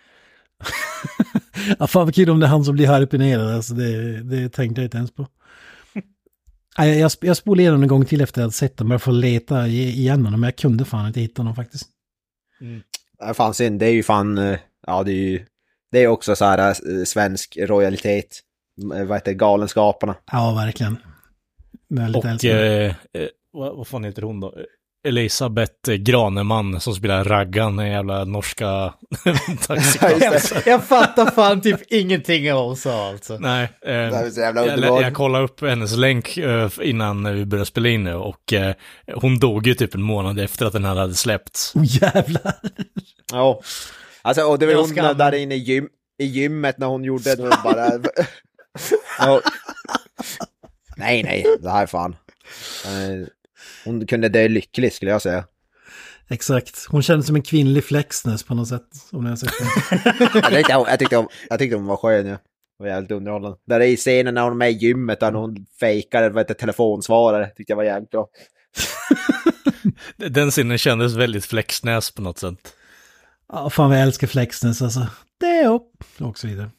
Ja, fan vad kul om det är han som blir harpinerad, alltså det, det tänkte jag inte ens på. Jag, jag, jag spolade igenom en gång till efter att jag sett dem, bara för att leta igen honom, men jag kunde fan inte hitta honom faktiskt. Mm. Det fanns en, det är ju fan, ja det är ju, det är också så här svensk royalitet, vad heter Galenskaparna. Ja, verkligen. Väldigt och eh, vad, vad fan heter hon då? Elisabeth Graneman som spelar Raggan, den jävla norska jag, jag fattar fan typ ingenting av vad hon sa alltså. Nej, eh, jag, jag, jag kollade upp hennes länk eh, innan vi började spela in nu och eh, hon dog ju typ en månad efter att den här hade släppts. Oh jävlar! Ja, alltså och det var hon där, där inne i, gym, i gymmet när hon gjorde det bara... ja. Nej, nej, det här är fan... Uh, hon kunde dö lycklig skulle jag säga. Exakt. Hon kände som en kvinnlig Flexness på något sätt. Om jag, sett jag, tyckte, jag, tyckte hon, jag tyckte hon var skön. Ja. Det var jävligt underhållande. Där är i scenen när hon är med i gymmet där hon fejkar vad heter telefonsvarare. Tyckte jag var jävligt bra. Den scenen kändes väldigt Flexness på något sätt. Ja, fan jag älskar Flexness alltså. Det är upp. Och så vidare.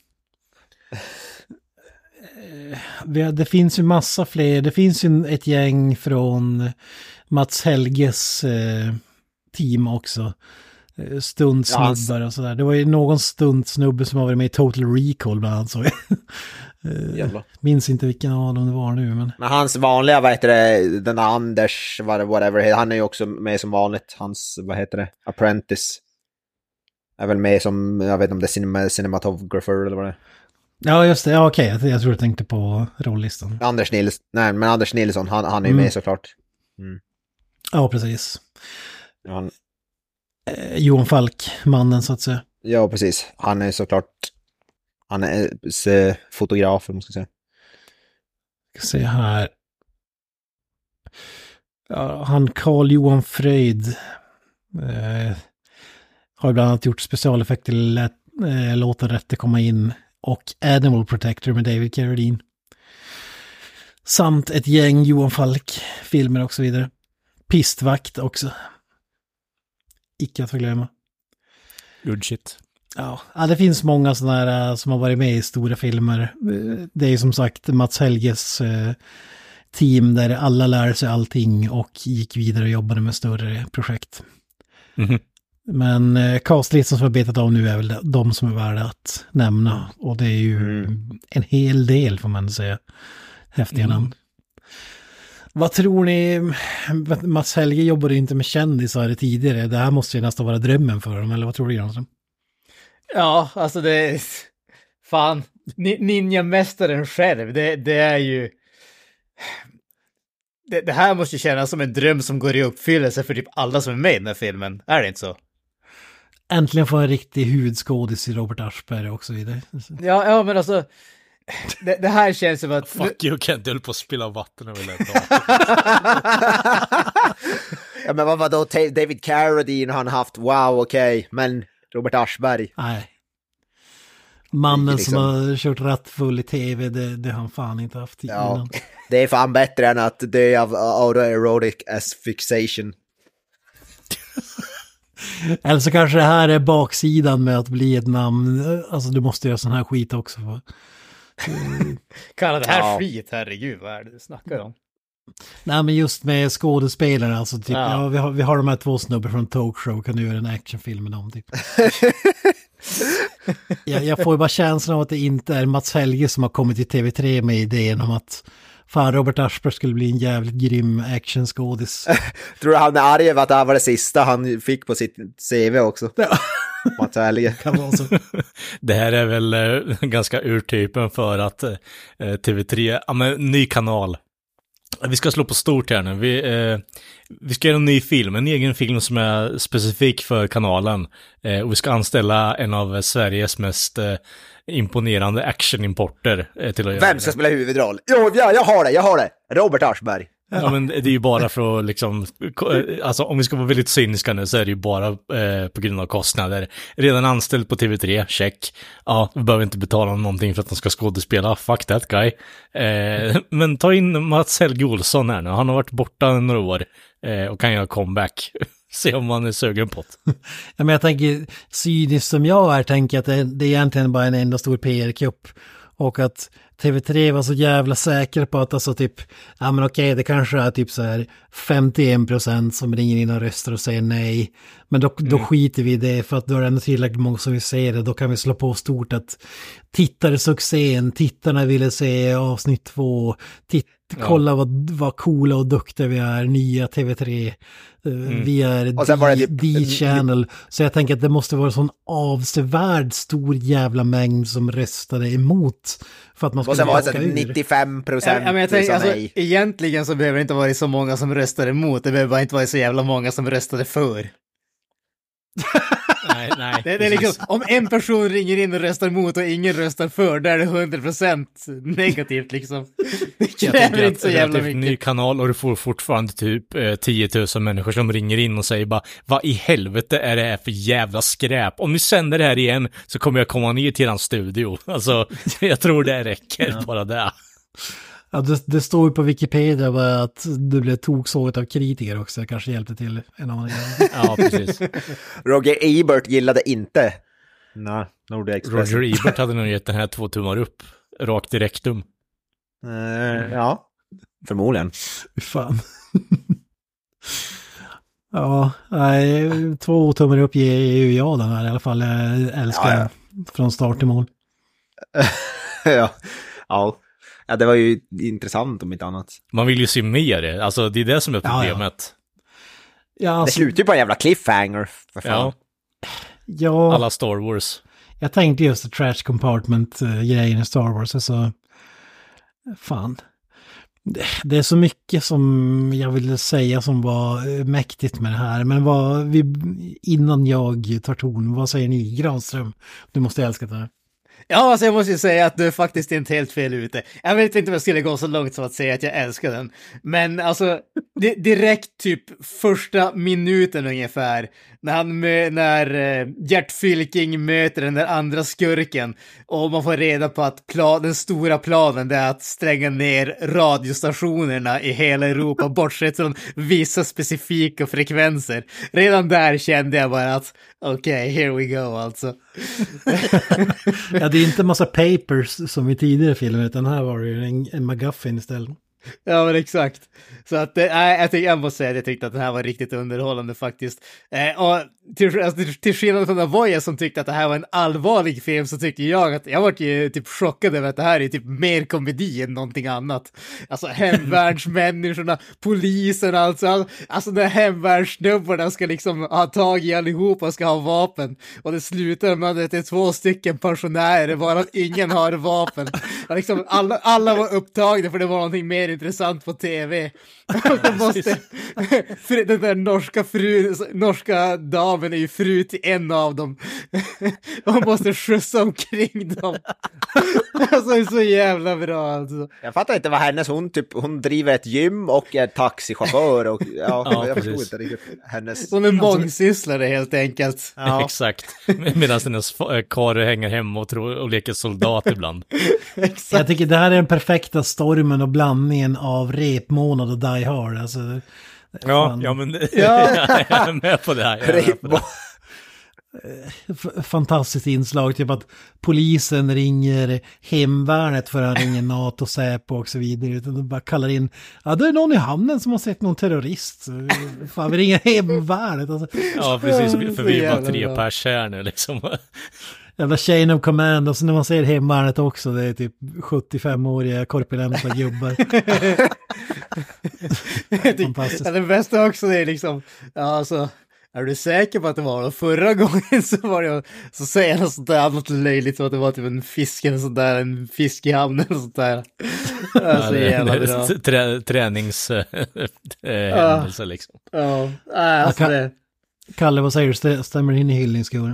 Det finns ju massa fler. Det finns ju ett gäng från Mats Helges eh, team också. Stuntsnubbar ja, och sådär. Det var ju någon stuntsnubbe som har varit med i Total Recall bland annat. Så. eh, minns inte vilken av dem det var nu. Men, men hans vanliga, vad heter det, den Anders, whatever, han är ju också med som vanligt. Hans, vad heter det, apprentice. Är väl med som, jag vet inte om det är cinema, cinematographer eller vad det är. Ja, just det. Ja, okej. Okay. Jag tror jag tänkte på rolllistan. Anders Nilsson. Nej, men Anders Nilsson, han, han är ju mm. med såklart. Mm. Ja, precis. Han, eh, Johan Falk, mannen så att säga. Ja, precis. Han är såklart... Han är eh, fotograf, om man ska säga. Jag ska se här. Ja, han Carl Johan Fröjd eh, har bland annat gjort specialeffekter till äh, Låta rätte komma in och Animal Protector med David Carradine. Samt ett gäng Johan Falk-filmer och så vidare. Pistvakt också. Icke att förglömma. Good shit. Ja, ja, det finns många sådana här som har varit med i stora filmer. Det är som sagt Mats Helges eh, team där alla lär sig allting och gick vidare och jobbade med större projekt. Mm-hmm. Men eh, castlistan som har betat av nu är väl de som är värda att nämna. Och det är ju Mm. en hel del får man säga. Häftiga Mm. namn. Vad tror ni? Mats Helge jobbade inte med kändisar tidigare. Det här måste ju nästan vara drömmen för dem. Eller vad tror du, Jansson? Ja, alltså det är... Fan, Ni- ninjamästaren själv, det, det är ju... Det, det här måste ju kännas som en dröm som går i uppfyllelse för typ alla som är med i den här filmen. Är det inte så? Äntligen få en riktig huvudskådis i Robert Aschberg och så vidare. Ja, ja men alltså... Det, det här känns som att... Fuck you, Kent, du höll på att spilla vatten över det. Ja, men vad var då David Carradine har han haft? Wow, okej. Okay. Men Robert Aschberg. Nej. Mannen Liksom. som har kört rattfull i tv, det, det har han fan inte haft Ja, innan. det är fan bättre än att dö av autoerotic asphyxiation. Eller så kanske det här är baksidan med att bli ett namn. Alltså du måste göra sån här skit också. För. Kalla det här Ja. skit, herregud, vad är det du snackar om? Nej, men just med skådespelare, alltså typ, Ja. ja. vi, har, vi har de här två snubbar från Talkshow, kan du göra en actionfilm med dem typ. jag, jag får ju bara känslan av att det inte är Mats Helge som har kommit till T V tre med idén om att fan, Robert Aschberg skulle bli en jävligt grym actionskådis. Tror du han är arg över att det här var det sista han fick på sitt C V också? Ja. Mats Helge. Kan vara så. Det här är väl eh, ganska urtypen för att eh, T V tre, ja men ny kanal. Vi ska slå på stort här nu. Vi, eh, vi ska göra en ny film, en egen film som är specifik för kanalen. Eh, och vi ska anställa en av Sveriges mest eh, imponerande actionimporter eh, till att göra Vem ska spela huvudroll? Jo, ja, jag har det, jag har det. Robert Aschberg. Ja, men det är ju bara för att liksom, alltså om vi ska vara väldigt cyniska nu så är det ju bara eh, på grund av kostnader. Redan anställd på T V tre, check. Ja, vi behöver inte betala någonting för att de ska skådespela, fuck that guy. Eh, men ta in Mats Helge Olsson här nu, han har varit borta några år eh, och kan göra comeback. Se om man är sugen på det. Ja, men jag tänker, cyniskt som jag är, tänker att det, det är egentligen bara en enda stor P R-kupp. Och att T V tre var så jävla säker på att alltså typ, ja men okej, det kanske är typ så här femtioen procent som ringer in och röstar och säger nej. Men då, då skiter vi i det, för att då är det ändå tillräckligt många som vill se det. Då kan vi slå på stort att tittarsuccén, tittarna ville se avsnitt två, titt, Ja. kolla vad, vad coola och duktiga vi är, nya T V tre. Mm. Vi är Och sen var det typ- D-channel. Så jag tänker att det måste vara en sån avsevärd stor jävla mängd som röstade emot. För att man Och skulle sen var det backa så ur. nittiofem procent Ja, men jag tänker, sa alltså, nej. egentligen så behöver det inte vara så många som röstade emot, det behöver bara inte vara så jävla många som röstade för. Nej, nej. Det, det är liksom, om en person ringer in och röstar emot och ingen röstar för, där är det hundra procent negativt liksom. Det Jag kräver tänker inte så att jävla relativt ny mycket. kanal och du får fortfarande typ eh, tio tusen människor som ringer in och säger bara, vad i helvete är det här för jävla skräp? Om ni sänder det här igen så kommer jag komma ner till eran studio. Alltså, jag tror det räcker, Ja. bara det. Ja, det, det står ju på Wikipedia bara att du blev toksågat av kritiker också. Det kanske hjälpte till en annan gång. Ja, precis. Roger Ebert gillade inte. Nej, Nordic Express. Roger Ebert hade nog gett den här två tummar upp. Rakt direktum. Eh, ja, förmodligen. Fy fan. Ja, nej, två tummar upp ger ju jag den här i alla fall. Jag älskar Ja, ja. den från start till mål. ja. ja. Ja, det var ju intressant om inte annat. Man vill ju se mer. Alltså, det är det som är Ja, ja. problemet. Ja, Det alltså, slutar ju på en jävla cliffhanger. För fan. Ja, ja, alla Star Wars. jag tänkte just trash compartment-grejen i Star Wars. Alltså, fan. Det, det är så mycket som jag ville säga som var mäktigt med det här. Men vad, vi, innan jag tar ton, vad säger ni? Granström, du måste älska det här. Ja, alltså jag måste ju säga att du är faktiskt inte helt fel ute. Jag vet inte om jag skulle gå så långt som att säga att jag älskar den. Men alltså, di- direkt typ första minuten ungefär, när han mö- när uh, Gert Fylking möter den där andra skurken och man får reda på att plan- den stora planen det är att stränga ner radiostationerna i hela Europa, bortsett från vissa specifika frekvenser. Redan där kände jag bara att okej, okay, here we go alltså. Ja, det är inte en massa papers som i tidigare filmer, utan här var det ju en, en MacGuffin istället. Ja, men exakt. Så att, äh, jag, tyck, jag måste säga att jag tyckte att det här var riktigt underhållande faktiskt. Eh, och till, alltså, till skillnad från Avoya som tyckte att det här var en allvarlig film, så tyckte jag att jag var ju typ chockad över att det här är typ mer komedi än någonting annat. Alltså hemvärnsmänniskorna, polisen alltså, all, alltså när hemvärnssnubbarna ska liksom ha tag i allihopa och ska ha vapen. Och det slutar med att det är två stycken pensionärer, bara att ingen har vapen. Och liksom alla, alla var upptagna för det var någonting mer intressant på tv. De måste, den där norska fru, norska damen är ju fru till en av dem. De måste skjutsa omkring dem. Alltså det är så jävla bra alltså. Jag fattar inte vad hennes, hon typ, hon driver ett gym och är taxichaufför och ja, Ja, jag precis. förstår inte riktigt hennes. Hon är mångsysslare helt enkelt. Ja. Exakt. Medan hennes karl hänger hemma och, tror, och leker soldat ibland. Exakt. Jag tycker det här är den perfekta stormen och blandningen av repmånad och Die Hard. Alltså, Ja, fan. ja men Ja. jag är med på det här. Jag är med på det. F- fantastiskt inslag, typ att polisen ringer hemvärnet för att ringa NATO, Säpo och så vidare, utan de bara kallar in, ja det är någon i hamnen som har sett någon terrorist, så, fan vi ringer hemvärnet alltså. Ja, precis, för Så vi är bara jävla tre bra. pers här nu liksom. Jävla chain of command, och så när man ser hemvärnet också, det är typ sjuttiofem-åriga korpulenta gubbar. Fantastiskt. Ja, det bästa också det är liksom, ja alltså, är du säker på att det var? Och förra gången så var det, så säger han sånt där annat löjligt som att det var typ en fisk eller sånt där, en fisk i hamnen och sånt där. Alltså jävla bra. Trä, träningshändelse liksom. Ja, äh, alltså det. Kalle, vad säger du? Stä- Stämmer in i hyllningsskolan?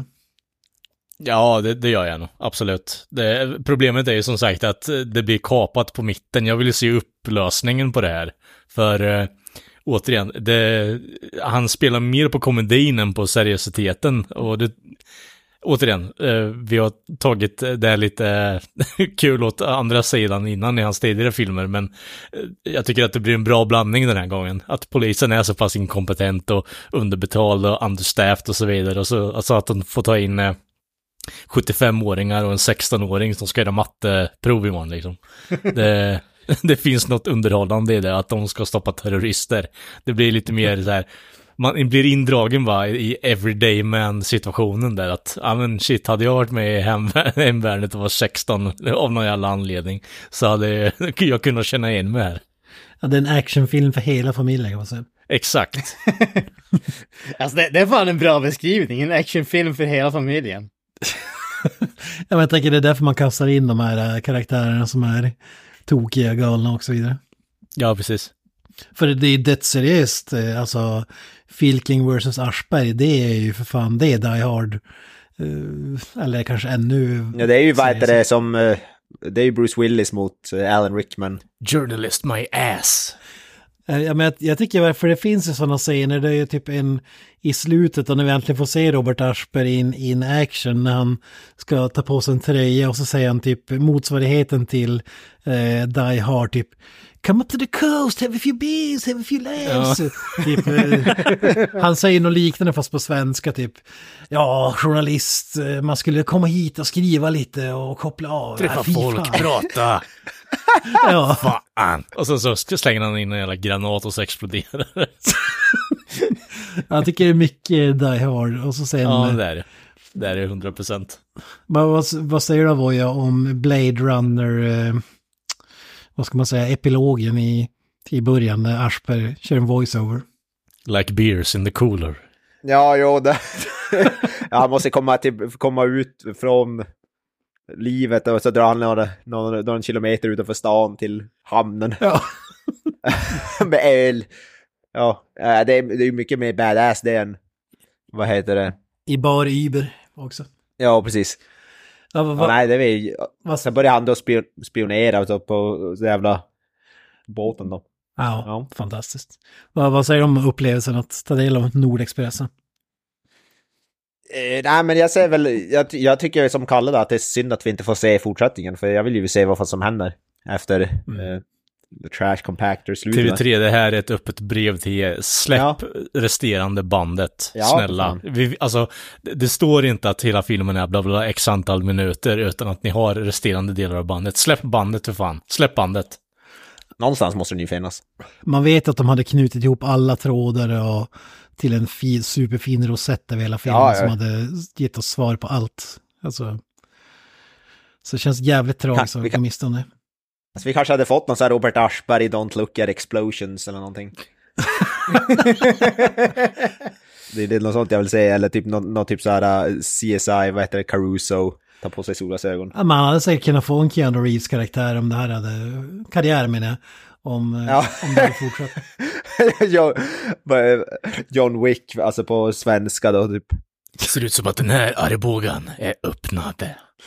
Ja, det, det gör jag nog. Absolut. Det, problemet är ju som sagt att det blir kapat på mitten. Jag vill ju se upplösningen på det här. För äh, återigen, det, han spelar mer på komedin än på seriositeten. Och det, återigen, äh, vi har tagit det lite kul åt andra sidan innan i hans tidigare filmer. Men äh, jag tycker att det blir en bra blandning den här gången. Att polisen är så pass inkompetent och underbetald och understaffed och så vidare. Och så, alltså att de får ta in äh, sjuttiofem-åringar och en sexton-åring som ska göra matteprov imorgon liksom. Det, det finns något underhållande i det, att de ska stoppa terrorister. Det blir lite mer så här, man blir indragen va, i everyday man-situationen där, att ja men shit, hade jag varit med i hemvärnet och var sexton av någon jävla anledning så hade jag kunnat känna igen mig här. Ja, det är en actionfilm för hela familjen kan man säga. Exakt. Alltså det, det är fan en bra beskrivning, en actionfilm för hela familjen. Ja, men jag tänker det är därför man kastar in de här äh, karaktärerna som är tokiga, galna och så vidare. Ja, precis. För det är dödsseriöst, äh, alltså Fylking versus Aschberg, det är ju för fan, det är Die Hard. Uh, eller kanske ännu... Ja, det är ju vad heter det som, uh, det är ju Bruce Willis mot uh, Alan Rickman. Journalist my ass. Ja, men jag, jag tycker för det finns ju sådana scener, det är ju typ en i slutet och när vi äntligen får se Robert Aschberg in, in action när han ska ta på sig en tröja och så säger han typ motsvarigheten till eh, Die Hard typ come up to the coast, have a few beers, have a few laughs. Ja. Typ, eh, han säger något liknande fast på svenska typ ja, journalist, man skulle komma hit och skriva lite och koppla av. Träffa ja, folk, prata. Ja. Fan. Och så, så slänger han in en jävla granat och så exploderar. Jag tycker det är mycket Die Hard. Och så sen, ja, det är det. Det är det hundra procent. Vad, vad, vad säger du Avoya om Blade Runner, eh, vad ska man säga, epilogen i, i början när Aschberg kör en voiceover? Like beers in the cooler. Ja, jo, det. Ja, han måste komma, till, komma ut från livet och så drar han några, några, några kilometer utanför stan till hamnen. Ja. med öl. Ja, det är, det är mycket mer badass det än, vad heter det? I bar Uber också. Ja, precis. Ja, va, va, ja, nej, det är ju... vad- Sen började han då spion, spionera på, på så jävla båten då. Ja, Ja. fantastiskt. Vad, vad säger du om upplevelsen att ta del av Nordexpressen? Eh, nej, men jag säger väl, jag, jag tycker som Kalle då, att det är synd att vi inte får se fortsättningen, för jag vill ju se vad fan som händer efter Mm. eh, The Trash Compactor slutet. T V tre, det här är ett öppet brev till er. Släpp Ja. resterande bandet. Ja, Snälla. för Vi, alltså, det, det står inte att hela filmen är bla bla bla x antal minuter, utan att ni har resterande delar av bandet. Släpp bandet för fan. Släpp bandet. Någonstans måste den ju finnas. Man vet att de hade knutit ihop alla trådar och till en fin, superfin rosett över hela filmen Ja, ja. som hade gett oss svar på allt. Alltså, så det känns jävligt tragiskt Kan- att vi vi kan- missade det. Alltså, vi kanske hade fått någon sån här Robert Aschberg, Don't Look at Explosions eller någonting. det, är- det är något sånt jag vill säga, eller typ någon, någon typ så här uh, C S I, vad heter det, Caruso, ta på sig solglasögon. Ja, man hade säkert kunnat få en Keanu Reeves-karaktär om det här hade karriär med det. Om, eh, Ja. om det hade fortsatt. John, John Wick, alltså på svenska då typ. Det ser ut som att den här armbågen är öppnad.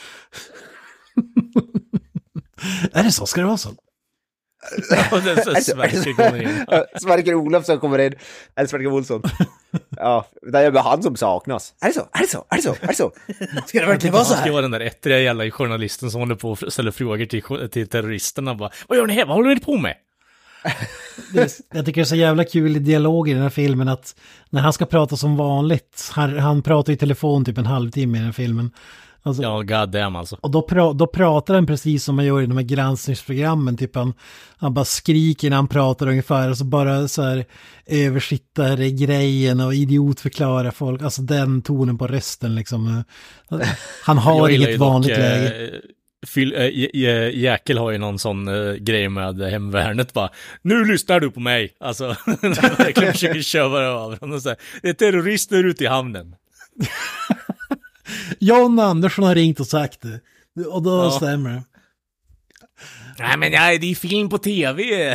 Är det så? Ska det vara så? Och den så Sverker kommer in. Sverker Olofsson kommer in. Eller Sverker Olsson. Ja, det är bara han som saknas. Är det så? Är det så? Är det så? Är det så? Ska det verkligen vara så Han ska här? vara den där ettriga jävla journalisten som håller på och ställer frågor till, till terroristerna. Bara, vad gör ni här? Vad håller ni på med? Det är, jag tycker det är så jävla kul i dialog i den här filmen att när han ska prata som vanligt, han, han pratar i telefon typ en halvtimme i den här filmen. Alltså, Ja, god damn alltså. och då, pra, då pratar han precis som man gör i de här granskningsprogrammen, typ han, han bara skriker när han pratar ungefär och så bara så här översittar grejen och idiotförklarar folk, alltså den tonen på rösten liksom. Han har Jag gillar inget ju dock, vanligt eh, läge. Fyll, äh, J- J- Jäkel har ju någon sån äh, grej med hemvärnet bara, nu lyssnar du på mig. Alltså, verkligen försöker köra över honom och säga, det är terrorister ute i hamnen. John Andersson har ringt och sagt det. Och då Ja. stämmer det. Nej men nej, det är film på tv.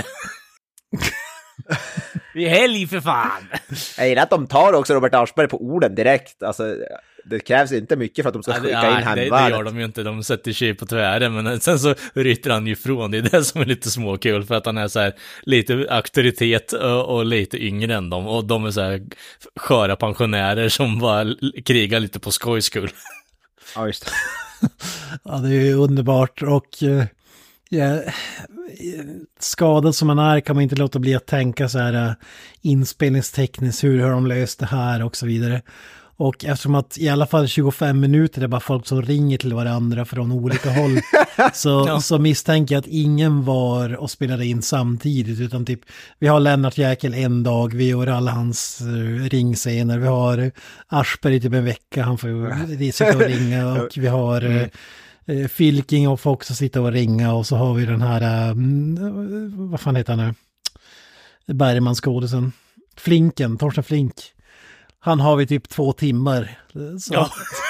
Det är helg för fan. Jag gillar att de tar också Robert Aschberg på orden direkt. Alltså, det krävs inte mycket för att de ska Ja, det, skicka ja, in det, det hemvärnet. gör de ju inte, de sätter sig på tvären, men sen så ryter han ju ifrån, det är det som är lite småkul, för att han är så här lite auktoritet och, och lite yngre än dem, och de är så här sköra pensionärer som bara l- krigar lite på skojs skull. Ja, just det. Ja, det är ju underbart och eh, ja, skadad som man är kan man inte låta bli att tänka så här eh, inspelningstekniskt, hur har de löst det här och så vidare. Och eftersom att i alla fall tjugofem minuter är bara folk som ringer till varandra från olika håll så, Ja. så misstänker jag att ingen var och spelade in samtidigt, utan typ vi har Lennart Jäkel en dag, vi gör alla hans uh, ringscener, vi har Aschberg typ en vecka, han får ju sitta och ringa, och vi har mm. uh, Fylking och får också sitta och ringa, och så har vi den här, uh, vad fan heter han nu? Bergman-skådisen. Flinken, Torsten Flink. Han har vi typ två timmar. Så, Ja.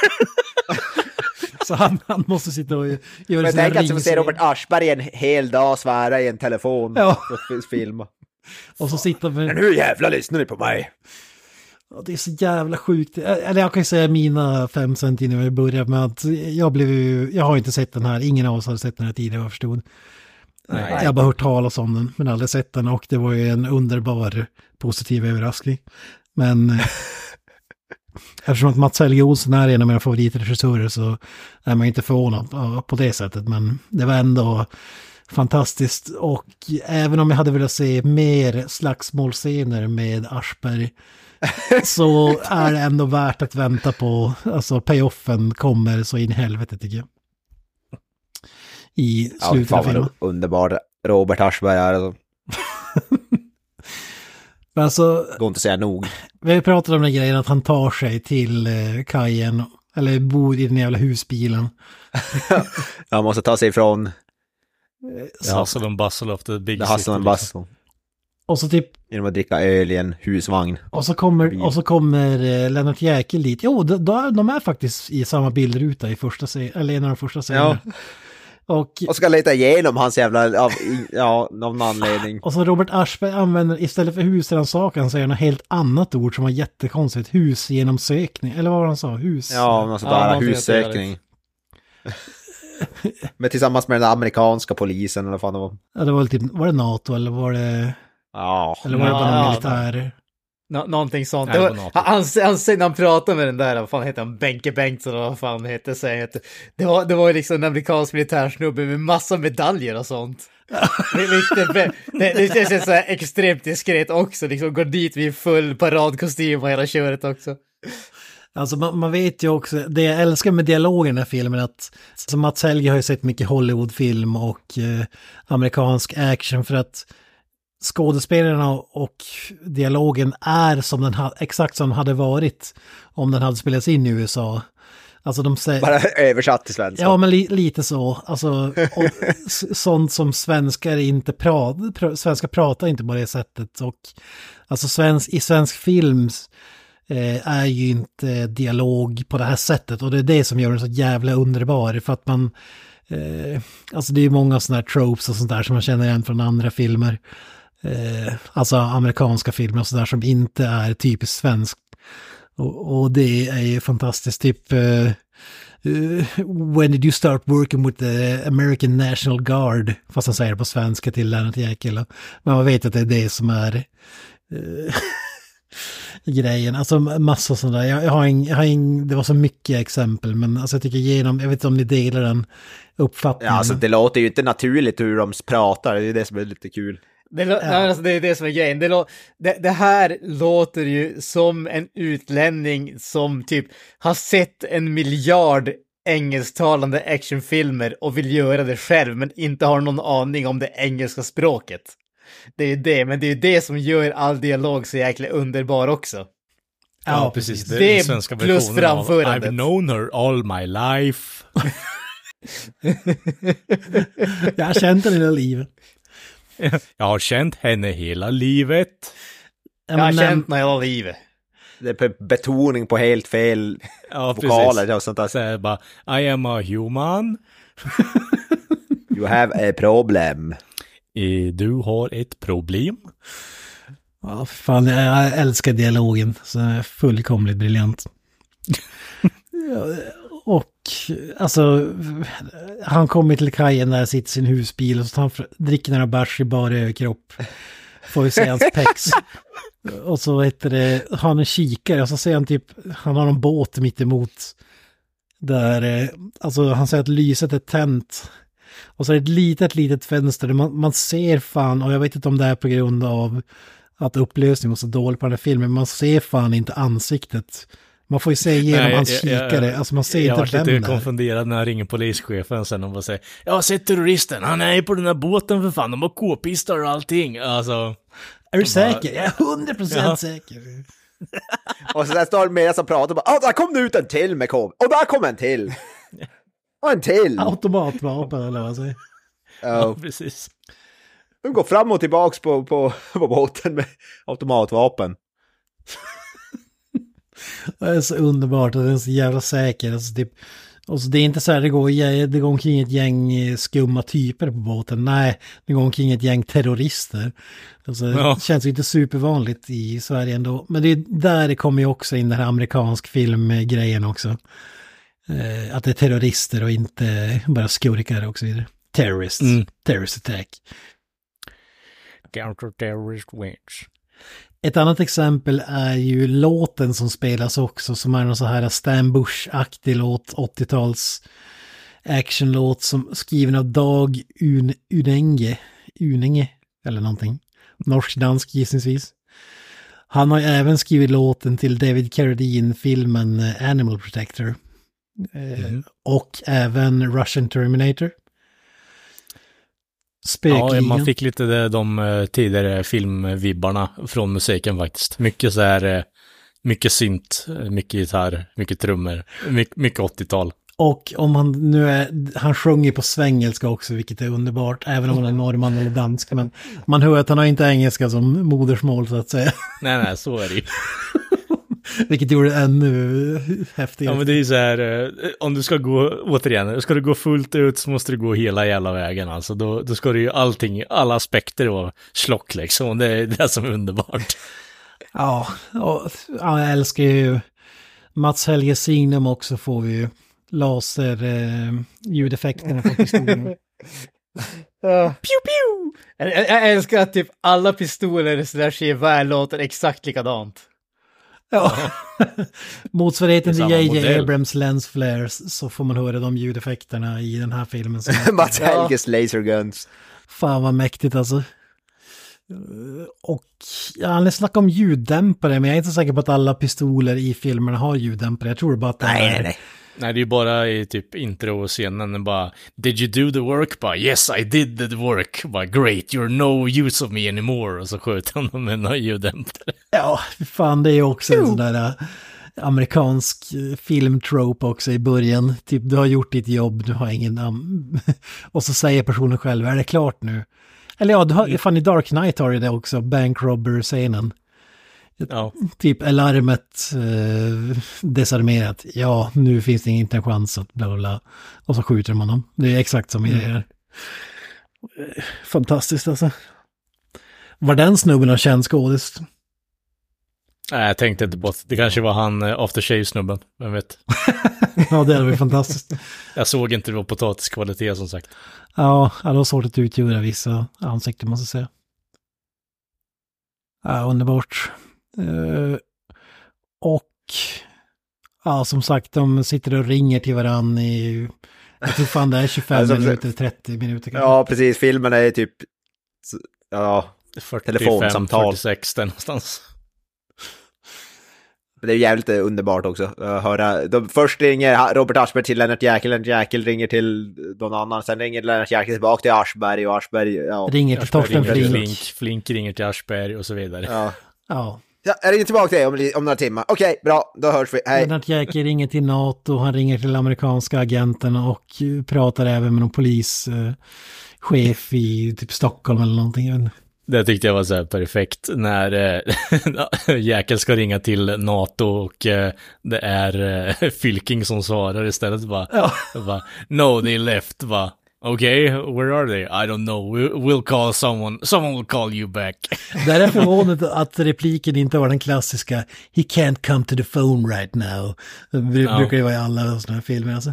så han, han måste sitta och göra Men sina tänk att vi ser ringscener. Robert Aschberg en hel dag svära i en telefon Ja. och f- filma. Och så sitter vi... Men hur jävla lyssnar ni på mig? Ja, det är så jävla sjukt. Eller jag kan ju säga mina fem cent innan vi börjar med att jag blev ju, jag har inte sett den här, ingen av oss hade sett den här tidigare, jag förstod. Nej. Jag har bara hört talas om den, men aldrig sett den, och det var ju en underbar positiv överraskning. Men eh, eftersom att Mats Helge Olsson är en av mina favoritregissörer så är man inte förvånad ja, på det sättet, men det var ändå fantastiskt. Och även om jag hade velat se mer slagsmålscener med Aschberg så är det ändå värt att vänta på, alltså payoffen kommer så in i helvete tycker jag. I Ja, slutet av fan filmen. vad underbar Robert Aschberg är. Alltså. Men alltså, Går inte att säga nog. vi har pratat om den grejen att han tar sig till eh, kajen, eller bor i den jävla husbilen. Han måste ta sig ifrån The hustle and bustle of the big the hustle and city, bustle. Och så typ, Genom att dricka öl i en husvagn. och så kommer, och så kommer eh, Lennart Jäkel dit. Jo, de, de är faktiskt i samma bildruta i första serien, eller en av de första serierna. Och, och ska leta igenom hans jävla, av, ja, någon anledning. Och så Robert Aschberg använder, istället för husrannsakan säger han ett helt annat ord som var jättekonstigt. Husgenomsökning, eller vad var han sa? Hus. Ja, något sånt där, ja, hussökning. Men tillsammans med den amerikanska polisen eller vad fan det var. Ja, det var väl typ, var det NATO eller var det... Ja. Eller var det bara ja, militär? Nå- någonting sånt. Nej, Det det var, var han, han, han, när han pratade med den där, vad fan heter han, Benke Bengtsson eller vad fan heter säger att det var, det var ju liksom en amerikansk militärsnubbe med massa medaljer och sånt. det, det, det, det känns så här extremt diskret också, liksom går dit vid full paradkostym och hela köret också. Alltså man, man vet ju också, det jag älskar med dialogen i den här filmen är att alltså Mats Helge har ju sett mycket Hollywoodfilm och eh, amerikansk action för att skådespelarna och dialogen är som den ha, exakt som den hade varit om den hade spelats in i U S A. Alltså de säger... Bara översatt till svenska. Ja, men li, lite så. Alltså, och, sånt som svenskar inte pratar, pr svenskar pratar inte på det sättet. Och alltså svensk, i svensk film eh, är ju inte dialog på det här sättet. Och det är det som gör den så jävla underbar. För att man, eh, alltså det är ju många sådana här tropes och sånt där som man känner igen från andra filmer. Eh, alltså amerikanska filmer och sådär som inte är typiskt svensk. Och, och det är ju fantastiskt, typ uh, uh, when did you start working with the American National Guard, fast han säger det på svenska till Lennart Jäkel. Men man vet att det är det som är uh, grejen, alltså massa sådär. Jag, jag har en, jag har en, det var så mycket exempel, men alltså jag tycker genom, jag vet inte om ni delar den uppfattningen. Ja, alltså det låter ju inte naturligt hur de pratar, det är det som är lite kul. Det, ja. nej, alltså det är det som är grejen. Det, det, det här låter ju som en utlänning som typ har sett en miljard engelsktalande actionfilmer och vill göra det själv men inte har någon aning om det engelska språket. Det är ju det, men det är ju det som gör all dialog så jäkla underbar också. Ja, Ja, precis. precis. Det är Det den är svenska plus versionen av framförandet. I've known her all my life. Jag har känt den hela livet. Jag har känt henne hela livet. Jag har känt mig hela livet. Det är betoning på helt fel Ja, vokaler och sånt där. Så är bara, I am a human. You have a problem. Eh, Du har ett problem. Ja, fan, jag älskar dialogen, så är fullkomligt briljant. Ja, och alltså, han kommer till kajen där, sitter i sin husbil och så tar han, dricker några bärs i bara överkropp. Får vi se hans pex. Och så heter det, har han en kikare och så ser han typ, han har en båt mitt emot. Där, alltså han säger att lyset är tänt. Och så är det ett litet, litet fönster där man, man ser fan, och jag vet inte om det är på grund av att upplösningen var så dålig på den här filmen, man ser fan inte ansiktet. Man får ju se igenom Nej, hans jag, jag, kikare, alltså man ser jag inte var vem lite det är. konfunderad när jag ringer polischefen sen och bara säger, jag har sett terroristen, han är ju på den här båten för fan, de har k-pistar och allting. Alltså, Är du säker? Jag är hundra procent Ja. säker. Och så där står det med som pratar och bara, ah, där kom det ut en till med kom. Och där kom en till. Och en till. Automatvapen eller vad säger. ja, Ja. precis. De går fram och tillbaks på, på, på båten med automatvapen. Det är så underbart och det är så jävla säker. Alltså, typ, och så det är inte så här, det går, det går omkring ett gäng skumma typer på båten. Nej, det går omkring ett gäng terrorister. Alltså, Ja. det känns ju inte supervanligt i Sverige ändå. Men det är där det kommer ju också in den här amerikansk filmgrejen också. Eh, att det är terrorister och inte bara skurkar och så vidare. Terrorists. Mm. Terrorist attack. Counter-terrorist wings. Ett annat exempel är ju låten som spelas också, som är någon så här Stan Bush-aktig låt, åttio-tals actionlåt som skriven av Dag Un Unenge, Unenge eller någonting, norsk-dansk gissningsvis. Han har ju även skrivit låten till David Carradine-filmen Animal Protector Mm. och även Russian Terminator. Ja, Spökligen. man fick lite de, de eh, tidigare filmvibbarna från musiken faktiskt. Mycket så här, eh, mycket synt, eh, mycket gitarr, mycket trummor, mycket, mycket åttio-tal. Och om han nu är, han sjunger på svengelska också, vilket är underbart, även om han är norrman eller dansk, men man hör att han har inte engelska som modersmål så att säga. Nej, nej, så är det ju. Vilket gjorde det ännu häftigare. Ja, men det är ju så här, eh, om du ska gå, återigen, ska du gå fullt ut så måste du gå hela jävla vägen. Alltså då, då ska du ju allting, alla aspekter vara slock liksom. Det är det som är underbart. Ja, och ja, jag älskar ju Mats Helge Signum också, får vi ju laser eh, ljudeffekterna på pistolen. Uh, pew, pew. Jag, jag älskar att typ alla pistoler i sådär gevär låter exakt likadant. Ja, motsvarigheten till Det är J samma J modell. Abrams lens flares, så får man höra de ljudeffekterna i den här filmen. Som Mats Helges laser guns. fan vad mäktigt alltså. Och ja, han snackar om ljuddämpare, men jag är inte säker på att alla pistoler i filmerna har ljuddämpare. Jag tror bara att det Nej, är... nej, nej. Nej, det är ju bara i typ intro-scenen bara Did you do the work? Bara yes, I did the work. Bara great, you're no use of me anymore. Och så skjuter han dem med några ljuddämpare. Ja, fan det är ju också en sån där äh, amerikansk äh, filmtrope också i början. Typ, du har gjort ditt jobb, du har ingen namn. Och så säger personen själv, är det klart nu? Eller ja, du har, fan i Dark Knight har du det också, bank robber-scenen. Ja. Typ är larmet eh, desarmerat. Ja, nu finns det inte en chans att bla bla bla. Och så skjuter man dem. Det är exakt som i det här. Fantastiskt alltså. Var den snubben av känd skådis? Nej, jag tänkte inte på det. Det kanske var han eh, aftershave-snubben, vem vet. Ja, det är väl fantastiskt. Jag såg inte det var potatiskvalitet som sagt. Ja, det var svårt att utgöra vissa ansikten måste jag säga. Ja, underbart. Uh, och ja, som sagt, de sitter och ringer till varann i, jag tror fan det är tjugofem alltså, minuter, trettio minuter kanske. Ja, precis. Filmen är typ, ja, fyrtiofem, telefonsamtal. fyrtiosex där någonstans. Det är jävligt underbart också att höra. De, först ringer Robert Aschberg till Lennart Jäkel, Lennart Jäkel ringer till någon annan, sen ringer Lennart Jäkel tillbaka till Aschberg och Aschberg, ja. Ringer till Torsten ringer till Flink. Flink. Flink ringer till Aschberg och så vidare. Ja. Ja. Ja, jag ringer tillbaka till dig om, om några timmar. Okej, okay, bra, då hörs vi. Hej. Lennart Jäkel ringer till NATO, han ringer till amerikanska agenten och pratar även med någon polischef eh, i typ Stockholm eller någonting. Det tyckte jag var så här perfekt när äh, Jäkel ska ringa till NATO och äh, det är äh, Fylking som svarar istället. Bara, Ja. bara, no, they left. Bara, okay, where are they? I don't know. We'll, we'll call someone. Someone will call you back. Det är förvånat att repliken inte var den klassiska he can't come to the phone right now. Det Ja. brukar ju vara i alla sådana här filmer alltså.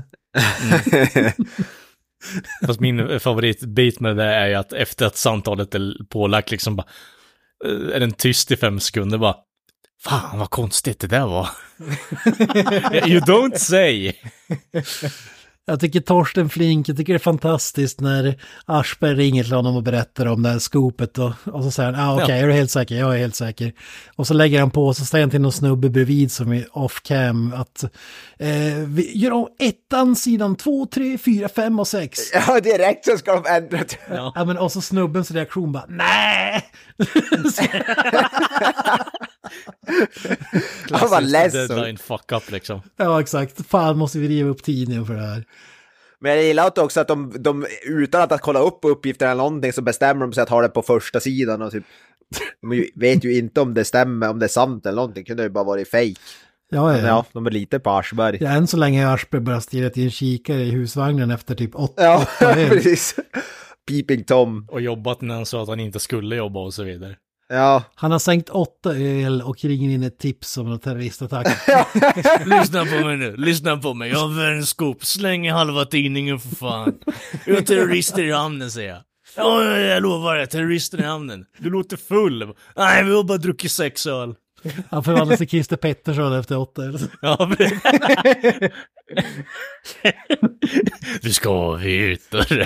Fast min favoritbit med det är ju att efter att samtalet är pålagt liksom bara är den tyst i fem sekunder bara fan vad konstigt det där var. You don't say. Jag tycker Torsten Flink, jag tycker det är fantastiskt när Aschberg ringer till honom och berättar om det här skopet och, och så säger han, ah, okej, okay, Ja. är du helt säker? Jag är helt säker. Och så lägger han på och så säger han till någon snubbe bredvid som är off-cam att eh, vi gör om ettan, sidan två, tre, fyra, fem och sex. Ja, direkt så ska de ändra till. Ja. Ja, men och så snubbens reaktion bara, nej! Han var ledsen. Deadline fuck up liksom. Ja, exakt. Fan, måste vi riva upp tidningen för det här. Men jag gillar också att de, de utan att, att kolla upp uppgifter eller någonting så bestämmer de sig att ha det på första sidan och typ, de vet ju inte om det stämmer, om det är sant eller någonting, kunde ju bara varit fake. Ja, ja. Men ja, de är lite på Aschberg. Ja, än så länge har Aschberg bara stirrat i en kikare i husvagnen efter typ åtta. Ja, åtta öl. precis. Peeping Tom. Och jobbat när han sa att han inte skulle jobba och så vidare. Ja. Han har sänkt åtta öl och ringer in ett tips om en terroristattack. Lyssna på mig nu, lyssna på mig. Jag har värnskop, släng i halva tidningen för fan. Jag har terrorister i hamnen, säger jag. Ja, jag lovar det, terrorister i hamnen. Du låter full. Nej, vi har bara druckit sex öl. Han förvandlas till Christer Pettersson efter åtta öl. Ja, du ska veta det.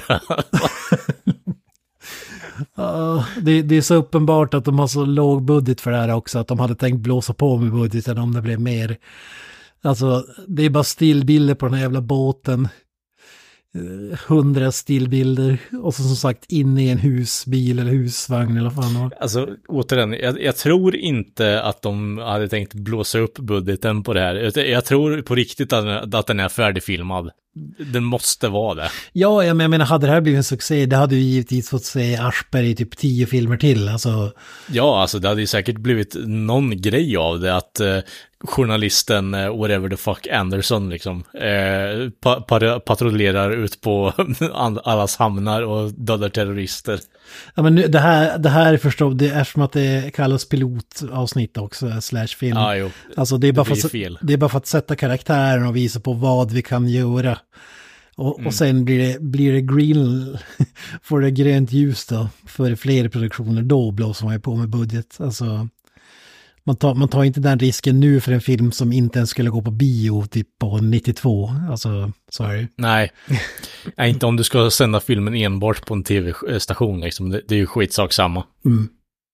Uh, det, det är så uppenbart att de har så låg budget för det här också, att de hade tänkt blåsa på med budgeten om det blev mer. Alltså, det är bara stillbilder på den här jävla båten. Hundra uh, stillbilder. Och så som sagt, inne i en husbil eller husvagn eller vad fan det var. Alltså, återigen, jag, jag tror inte att de hade tänkt blåsa upp budgeten på det här. Jag tror på riktigt att, att den är färdigfilmad. Den måste vara det. Ja, jag menar, hade det här blivit en succé, det hade ju givetvis fått se Aschberg i typ tio filmer till. Alltså... Ja, alltså det hade ju säkert blivit någon grej av det. Att uh, journalisten uh, whatever the fuck Anderson liksom uh, pa- pa- patrullerar ut på allas hamnar och dödar terrorister. Ja, men nu, det här, det här är förstås, det är som att det kallas pilotavsnitt också, slash film. Ah, jo. Alltså det är, Det bara för blir att, fel. det är bara för att sätta karaktären och visa på vad vi kan göra. Och, Mm. och sen blir det, blir det green, får det grönt ljus då, för fler produktioner, då blåser man ju på med budget. Alltså, man tar, man tar inte den risken nu för en film som inte ens skulle gå på bio typ på nittiotvå. Alltså, sorry. Nej. Nej, inte om du ska sända filmen enbart på en tv-station liksom. Det, det är ju skitsak samma. Mm.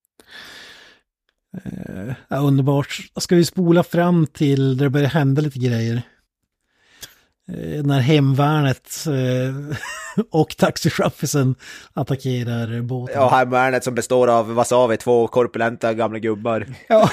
Uh, ja, underbart. Ska vi spola fram till där det börjar hända lite grejer? Uh, när hemvärnet uh, och taxichaffisen attackerar båten. Ja, hemvärnet som består av, vad sa vi, två korpulenta gamla gubbar. Ja.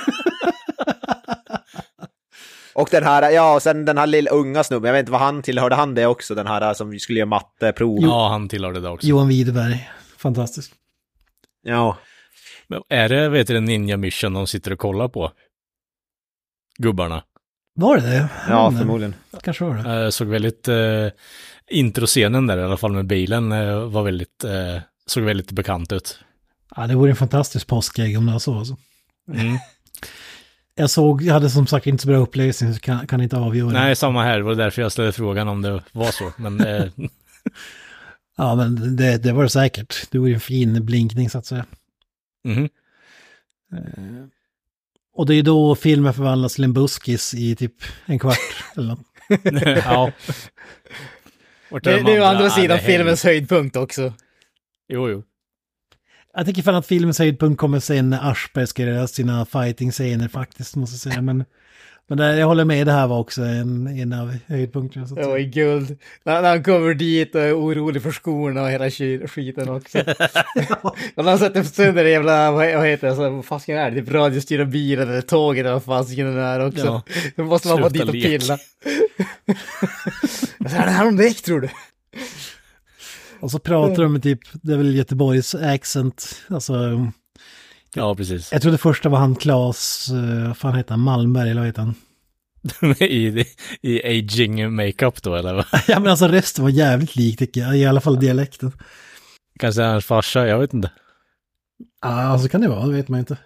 Och den här, ja, och sen den här lilla unga snubben, jag vet inte vad han tillhörde, han det också, den här som skulle göra matteprov. Ja, han tillhörde det också. Johan Widerberg. Fantastiskt. Ja. Men är det, vet du, en Ninja Mission de sitter och kollar på? Gubbarna. Var det det? Ja, Men, förmodligen. kanske var det. Eh, såg väldigt, eh, introscenen där i alla fall med bilen eh, var väldigt, eh, såg väldigt bekant ut. Ja, det vore en fantastisk påskägg om det var så. Alltså. Mm. Jag såg, jag hade som sagt inte så bra upplevelse så kan, kan inte avgöra. Nej, samma här. Det var därför jag ställde frågan om det var så. Men eh, Ja, men det, det var det säkert. Det vore en fin blinkning så att säga. mhm. Eh, och det är då filmen förvandlas till en buskis i typ en kvart eller något. Ja. Vart är Det, de det är ju å andra? andra Ah, sidan det är filmens höjdpunkt också. Jo, jo. Jag tycker fan att filmens höjdpunkt kommer sen när Aschberg ska göra sina fighting-scener faktiskt, måste jag säga. Men, men där, jag håller med, det här var också en, en av höjdpunkterna. Så att Det var säga. ju guld. När, när han kommer dit och är orolig för skorna och hela ky- skiten också. Och när han sätter sönder det jävla, vad, vad heter det, så, vad fan ska det är? Typ radiostyrda bilen eller tåget eller vad fan ska det är också. Ja. Då måste man vara dit Sluta och lek. pilla. Är det här om däck tror du? Och så pratar de med typ, det är väl Göteborgs accent, alltså... Ja, precis. Jag trodde första var han Claes, uh, vad fan heter han, Malmberg eller vad heter han? I, I aging makeup då, eller vad? Ja men alltså resten var jävligt lik tycker jag, i alla fall dialekten. Kanske hans farsa, jag vet inte. Ja, alltså kan det vara, det vet man inte.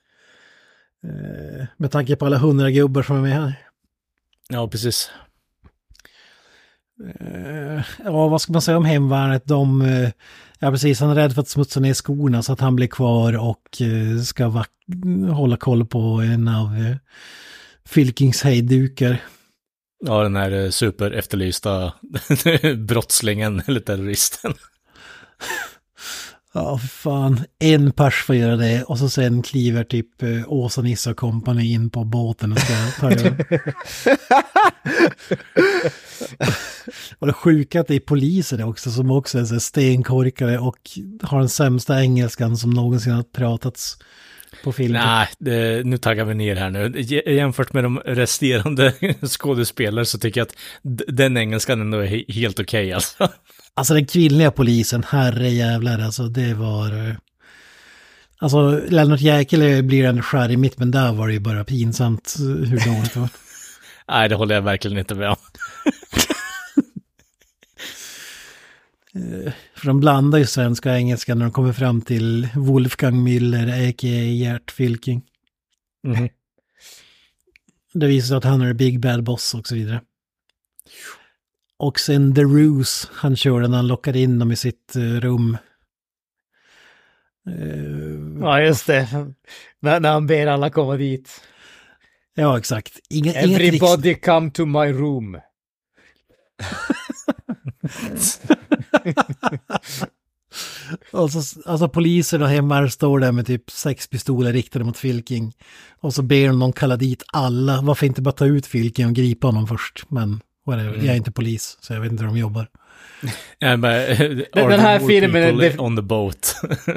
Uh, med tanke på alla hundra gubbar som är med här. Ja, precis. Uh, ja, vad ska man säga om hemvärnet? De, uh, ja precis, han är rädd för att smutsa ner skorna så att han blir kvar och uh, ska vak- hålla koll på en av uh, Fylkings hejdukar. Ja, den här super efterlysta brottslingen eller terroristen. Ja, för fan. En pers får göra det och så sen kliver typ uh, Åsa Nisse och kompani in på båten och ska ta över. Och det sjuka att det är poliser också som också är så stenkorkade och har den sämsta engelskan som någonsin har pratats på film. Nej, det, nu taggar vi ner här nu. J- jämfört med de resterande skådespelare så tycker jag att d- den engelskan ändå är he- helt okej okay, alltså. Alltså den kvinnliga polisen, herre jävlar, alltså det var... uh, Alltså Lennart Jäkel blir ändå skärmigt, men där var det ju bara pinsamt uh, hur dåligt det var. Nej, det håller jag verkligen inte med om. Uh, för de blandar ju svenska och engelska när de kommer fram till Wolfgang Müller, a k a. Gert Fylking. Mhm. Det visar sig att han är the big bad boss och så vidare. Och sen The Ruse, han körde när han lockade in dem i sitt uh, rum. Uh, Ja, just det. När, när han ber alla komma dit. ja, exakt. Inga, inga tricks. Everybody come to my room. Alltså, alltså polisen och hemmar står där med typ sex pistoler riktade mot Fylking. Och så ber de någon kalla dit alla. Varför inte bara ta ut Fylking och gripa honom först? Men whatever. Mm. Jag är inte polis, så jag vet inte hur de jobbar. Ja, men, Den, den här filmen är... Det... on the boat.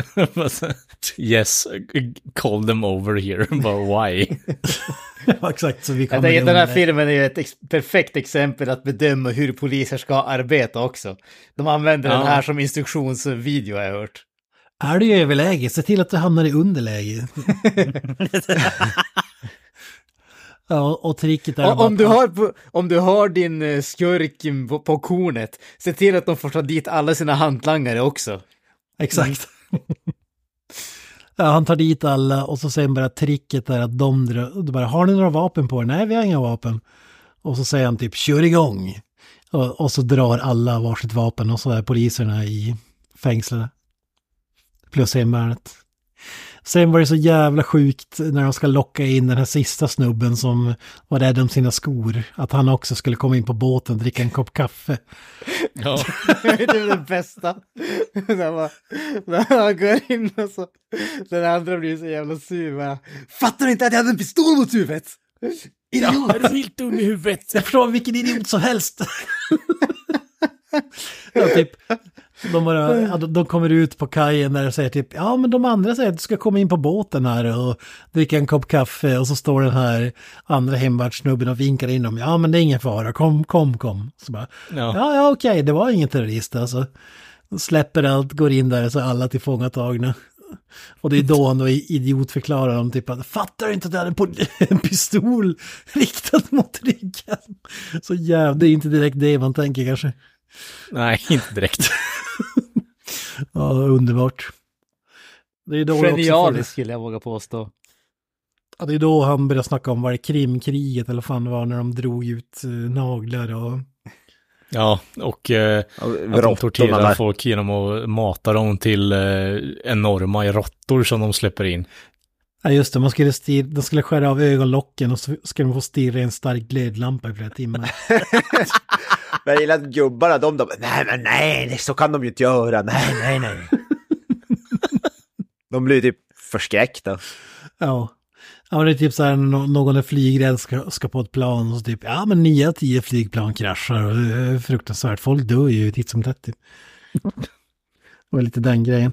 Yes, call them over here, but why? Ja, exakt. Så vi Jag tänker att den här filmen är ju ett ex- perfekt exempel att bedöma hur poliser ska arbeta också. De använder Ja. den här som instruktionsvideo har jag hört. Är det i överläge? Se till att du hamnar i underläge. Ja, och tricket är om, om, du har, på- om du har din eh, skurk på, på kornet, se till att de får ta dit alla sina hantlangare också. Exakt. Ja, han tar dit alla och så sen bara tricket är att de drar, de bara, har ni några vapen på er? Nej, vi har inga vapen. Och så säger han typ, kör igång. Och, och så drar alla varsitt vapen och så är poliserna i fängslade. Plus hemvärnet. Sen var det så jävla sjukt när de ska locka in den här sista snubben som var rädd om sina skor. Att han också skulle komma in på båten och dricka en kopp kaffe. Ja. Det är det bästa. När man, när man går in och så den andra blir så jävla sur. Bara, fattar du inte att jag hade en pistol mot huvudet? Idiot! Är du helt dum i huvudet? Jag förstår vilken idiot som helst. Ja, typ, de, bara, ja, de, de kommer ut på kajen där och säger typ, ja men de andra säger att du ska komma in på båten här och dricka en kopp kaffe och så står den här andra hemvärnssnubben och vinkar in dem, ja men det är ingen fara, kom, kom, kom. Så bara, Ja. ja, ja okej, det var ingen terrorist alltså. Släpper allt, går in där så är alla tillfångatagna. Och det är då han då idiotförklarar dem typ att fattar du inte att jag hade en, pol- en pistol riktad mot ryggen? Så jävla, det är inte direkt det man tänker kanske. Nej, inte direkt. Ja, underbart. Det är då det också Genialiskt skulle jag våga påstå. Ja, det är då han börjar snacka om vad det Krimkriget eller fan det var när de drog ut uh, naglar och... Ja, och eh, att de torterar folk genom att mata dem till eh, enorma råttor som de släpper in. Ja just det, man skulle, stir- de skulle skära av ögonlocken och så skulle de få stirra i en stark glödlampa i flera timmar. Men jag gillar att gubbarna, de, de nej men nej, så kan de ju inte göra, nej nej nej. De blir typ förskräckta. Ja. Ja, men det är typ så här när någon är flygrädd ska, ska på ett plan och så typ, ja men nio av tio flygplan kraschar och det är fruktansvärt, folk dör ju titt som tätt. Typ. Det var lite den grejen.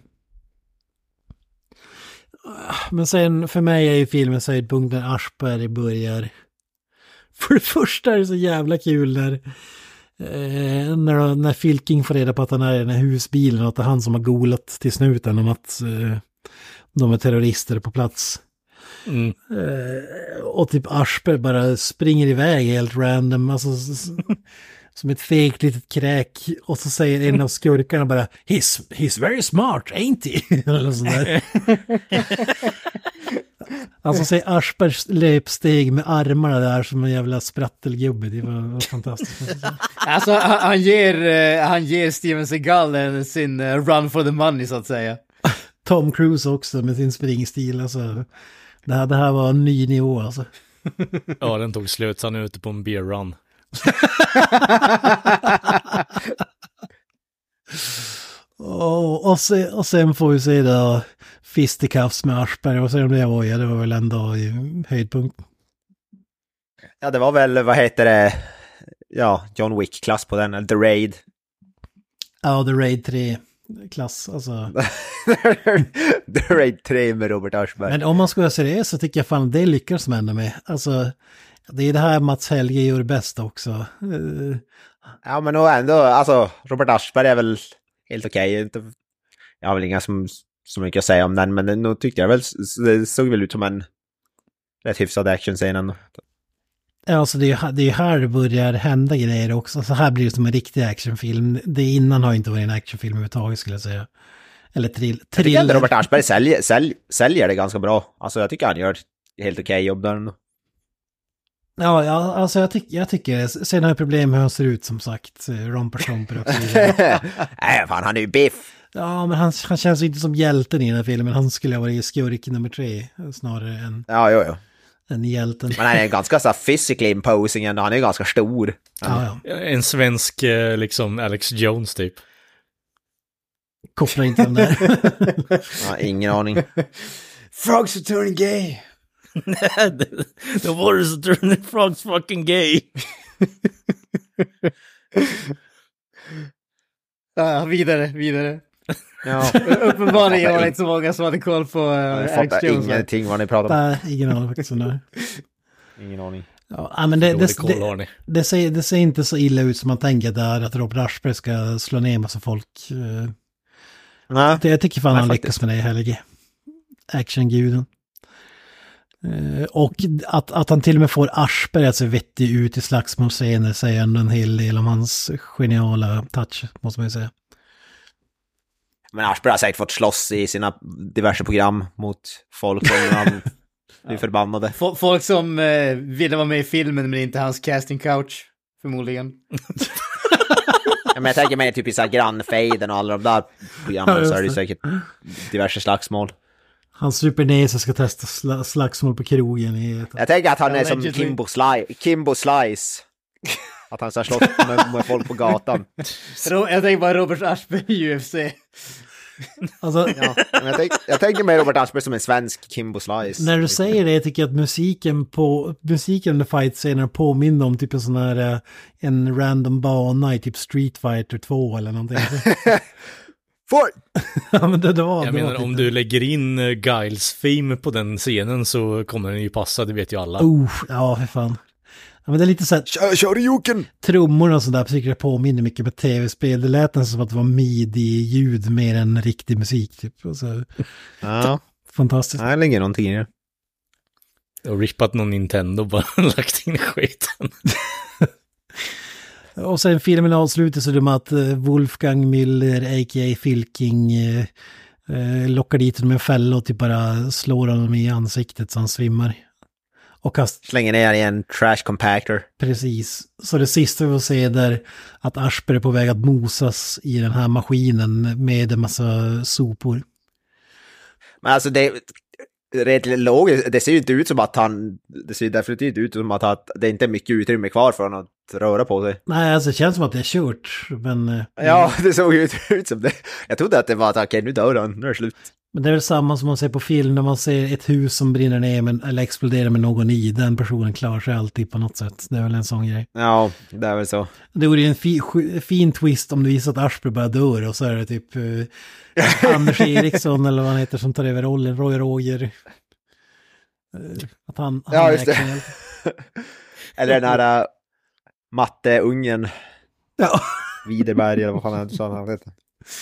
Men sen för mig är ju filmen höjdpunkten Aschberg börjar. För det första är det så jävla kul när eh, när, när Filking får reda på att han är i den här husbilen och att det är han som har golat till snuten om att eh, de är terrorister på plats. Mm. Eh, och typ Aschberg bara springer iväg helt random, alltså s- som ett fegt litet kräk, och så säger en av skurkarna bara he's, he's very smart, ain't he? Eller sånt där. Alltså säger Aschbergs löpsteg med armarna där som en jävla sprattelgubbe, det var, var fantastiskt. Alltså han, han ger eh, han ger Steven Seagal en, sin eh, run for the money så att säga. Tom Cruise också med sin springstil, alltså det här, det här var en ny nivå alltså. Ja, den tog slut så han är ute på en beer run. och, och, se, och sen får vi se då fisticuffs med Aschberg, och sen om det var, ja, det var väl ändå i höjdpunkt. Ja, det var väl, vad heter det, ja, John Wick-klass på den, eller The Raid. Ja, The Raid tre-klass, alltså. The Raid tre med Robert Aschberg. Men om man ska vara seriös så tycker jag fan det lyckas man ändå med. Alltså, det är det här Mats Helge gör bäst också. Uh, Ja, men nog ändå, alltså, Robert Aschberg är väl helt okej. Inte, jag har väl inga som, så mycket att säga om den, men nu tyckte jag väl, det såg väl ut som en rätt hyfsad actionscen ändå. ja, alltså det är, det är här det börjar hända grejer också. Så här blir det som en riktig actionfilm. Det innan har inte varit en actionfilm överhuvudtaget skulle jag säga. Eller trill, Jag tycker att thriller. Robert Aschberg säljer, sälj, säljer det ganska bra. Alltså jag tycker han gör ett helt okej jobb där ändå. Ja, ja, alltså jag, tyck, jag tycker det. Sen har jag problem med hur han ser ut som sagt. Romper-somper och så vidare. Nej, fan, han är ju biff. Ja, men han, han känns inte som hjälten i den här filmen. Han skulle ha varit skurk nummer tre snarare än, Ja, jo, jo. än hjälten. Men han är ganska så här physically imposing ändå. Han är ju ganska stor. Ja, ja. En svensk, eh, liksom, Alex Jones typ. Kopplar inte den där. Ja, ingen aning. Frogs are turning gay. the, the waters are turning frogs fucking gay. Ja, vidare, vidare. Ja. Uppenbarligen var det inte så många som hade koll på uh, Jag Alex fattar Jones. ingenting vad ni pratar om. Nej, ingen aning faktiskt om det. Ingen aning. Ja, men det, det, Dålig koll har det, ni. det, ser, det ser inte så illa ut som man tänker där att Robert Aschberg ska slå ner massa folk. Eh, Nej. Det, jag tycker fan Nej, han faktiskt. lyckas med det, Helge. Actionguden. Eh, och att, att han till och med får Aschberg att se vettig ut i slagsmålscener säger ändå en hel del om hans geniala touch, måste man ju säga. Men Aschberg har säkert fått slåss i sina diverse program mot folk som han blir förbannade. F- folk som eh, ville vara med i filmen men inte hans casting couch, förmodligen. Ja, men jag tänker mig typ i så här grannfejden och alla de där programmen Ja, så är det det. säkert diverse slagsmål. Han supernese ska testa sla- slagsmål på krogen i... Jag tänker att han är som Allegedly. Kimbo, Sli- Kimbo Slice. Att han så här slåss med, med folk på gatan. Ro- jag tänker bara Robert Aschberg i U F C. Alltså, Ja, men jag, tänk, jag tänker mig Robert Aschberg som en svensk Kimbo Slice. när du säger det, jag tycker att musiken på musiken under fight-scenen påminner om typ en sån här eh, en random bana i typ Street Fighter två eller någonting. Fight! Ja, men det, det var, Jag det menar, var om typ- du lägger in uh, Giles theme på den scenen så kommer den ju passa, det vet ju alla. Oh, ja, för fan. Ja, men det är lite så här, Kör, kör juken! trummor och sådär, tycker jag påminner mycket med tv-spel. Det lät nästan som att det var midi-ljud mer än riktig musik typ. Och så, Ja, fantastiskt. det ligger någonting i det. Och rippat någon Nintendo bara lagt in skiten. Och sen filmen avslutar så med att eh, Wolfgang Müller, a k a. Filking, eh, eh, lockar dit honom med en fälla och typ bara slår honom i ansiktet så han svimmar. Och kast, Slänger ner i en trash compactor. precis. Så det sista vi får se där att Aschberg är på väg att mosas i den här maskinen med en massa sopor. Men alltså det, rent logiskt, det ser ju inte ut som att han, det ser definitivt ut som att, att det inte är mycket utrymme kvar för honom att röra på sig. Nej, alltså det känns som att det är kört. Men, eh, Ja, det såg ju ut som det. Jag trodde att det var att okej, okay, nu dör han, nu är det slut. men det är väl samma som man ser på film när man ser ett hus som brinner ner men, eller exploderar med någon i. Den personen klarar sig alltid på något sätt. Det är väl en sån grej. Ja, det är väl så. Det vore ju en fi, sk- fin twist om det visar att Aschberg bara dör och så är det typ eh, Anders Eriksson eller vad han heter som tar över rollen, Roy Roger. Eh, att han, han Ja, är just det. actionhjälte. Eller den här uh, matteungen, Ja. Widerberg eller vad fan han han heter.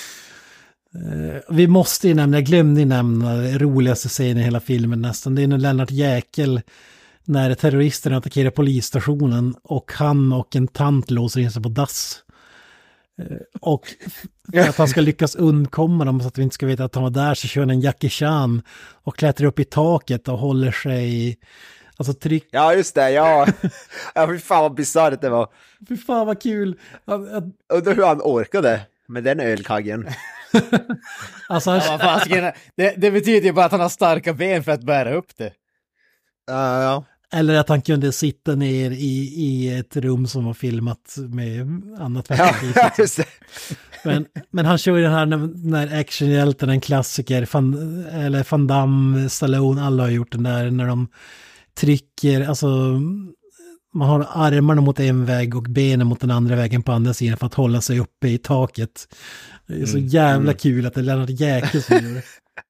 Eh, vi måste ju nämna, jag glömde ju nämna roligaste scenen i hela filmen nästan. Det är när Lennart Jäkel, när terroristerna attackerar polisstationen och han och en tant låser in sig på dass. Eh, och för att han ska lyckas undkomma dem så att vi inte ska veta att han var där så kör han en Jackie Chan och klättrar upp i taket och håller sig, alltså tryck. Ja, just det, ja. Ja, fy fan vad bisarrt det var. Fy fan vad kul. Att- att- Undrar hur han orkade med den ölkaggen. Alltså han, Ja, vad fasiken, det, det betyder ju bara att han har starka ben för att bära upp det. Ja, ja. eller att han kunde sitta ner i, i ett rum som var filmat med annat perspektiv. Ja, just det. Men, men han kör ju den här när, när actionhjälten, en klassiker, Van, eller Van Damme, Stallone, alla har gjort den där när de trycker, alltså man har armarna mot en väg och benen mot den andra vägen på andra sidan för att hålla sig uppe i taket. Det är så jävla kul att det är Lennart Jäkel som gör det.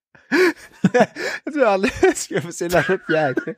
Jag tror aldrig jag skulle få se Lennart Jäkel.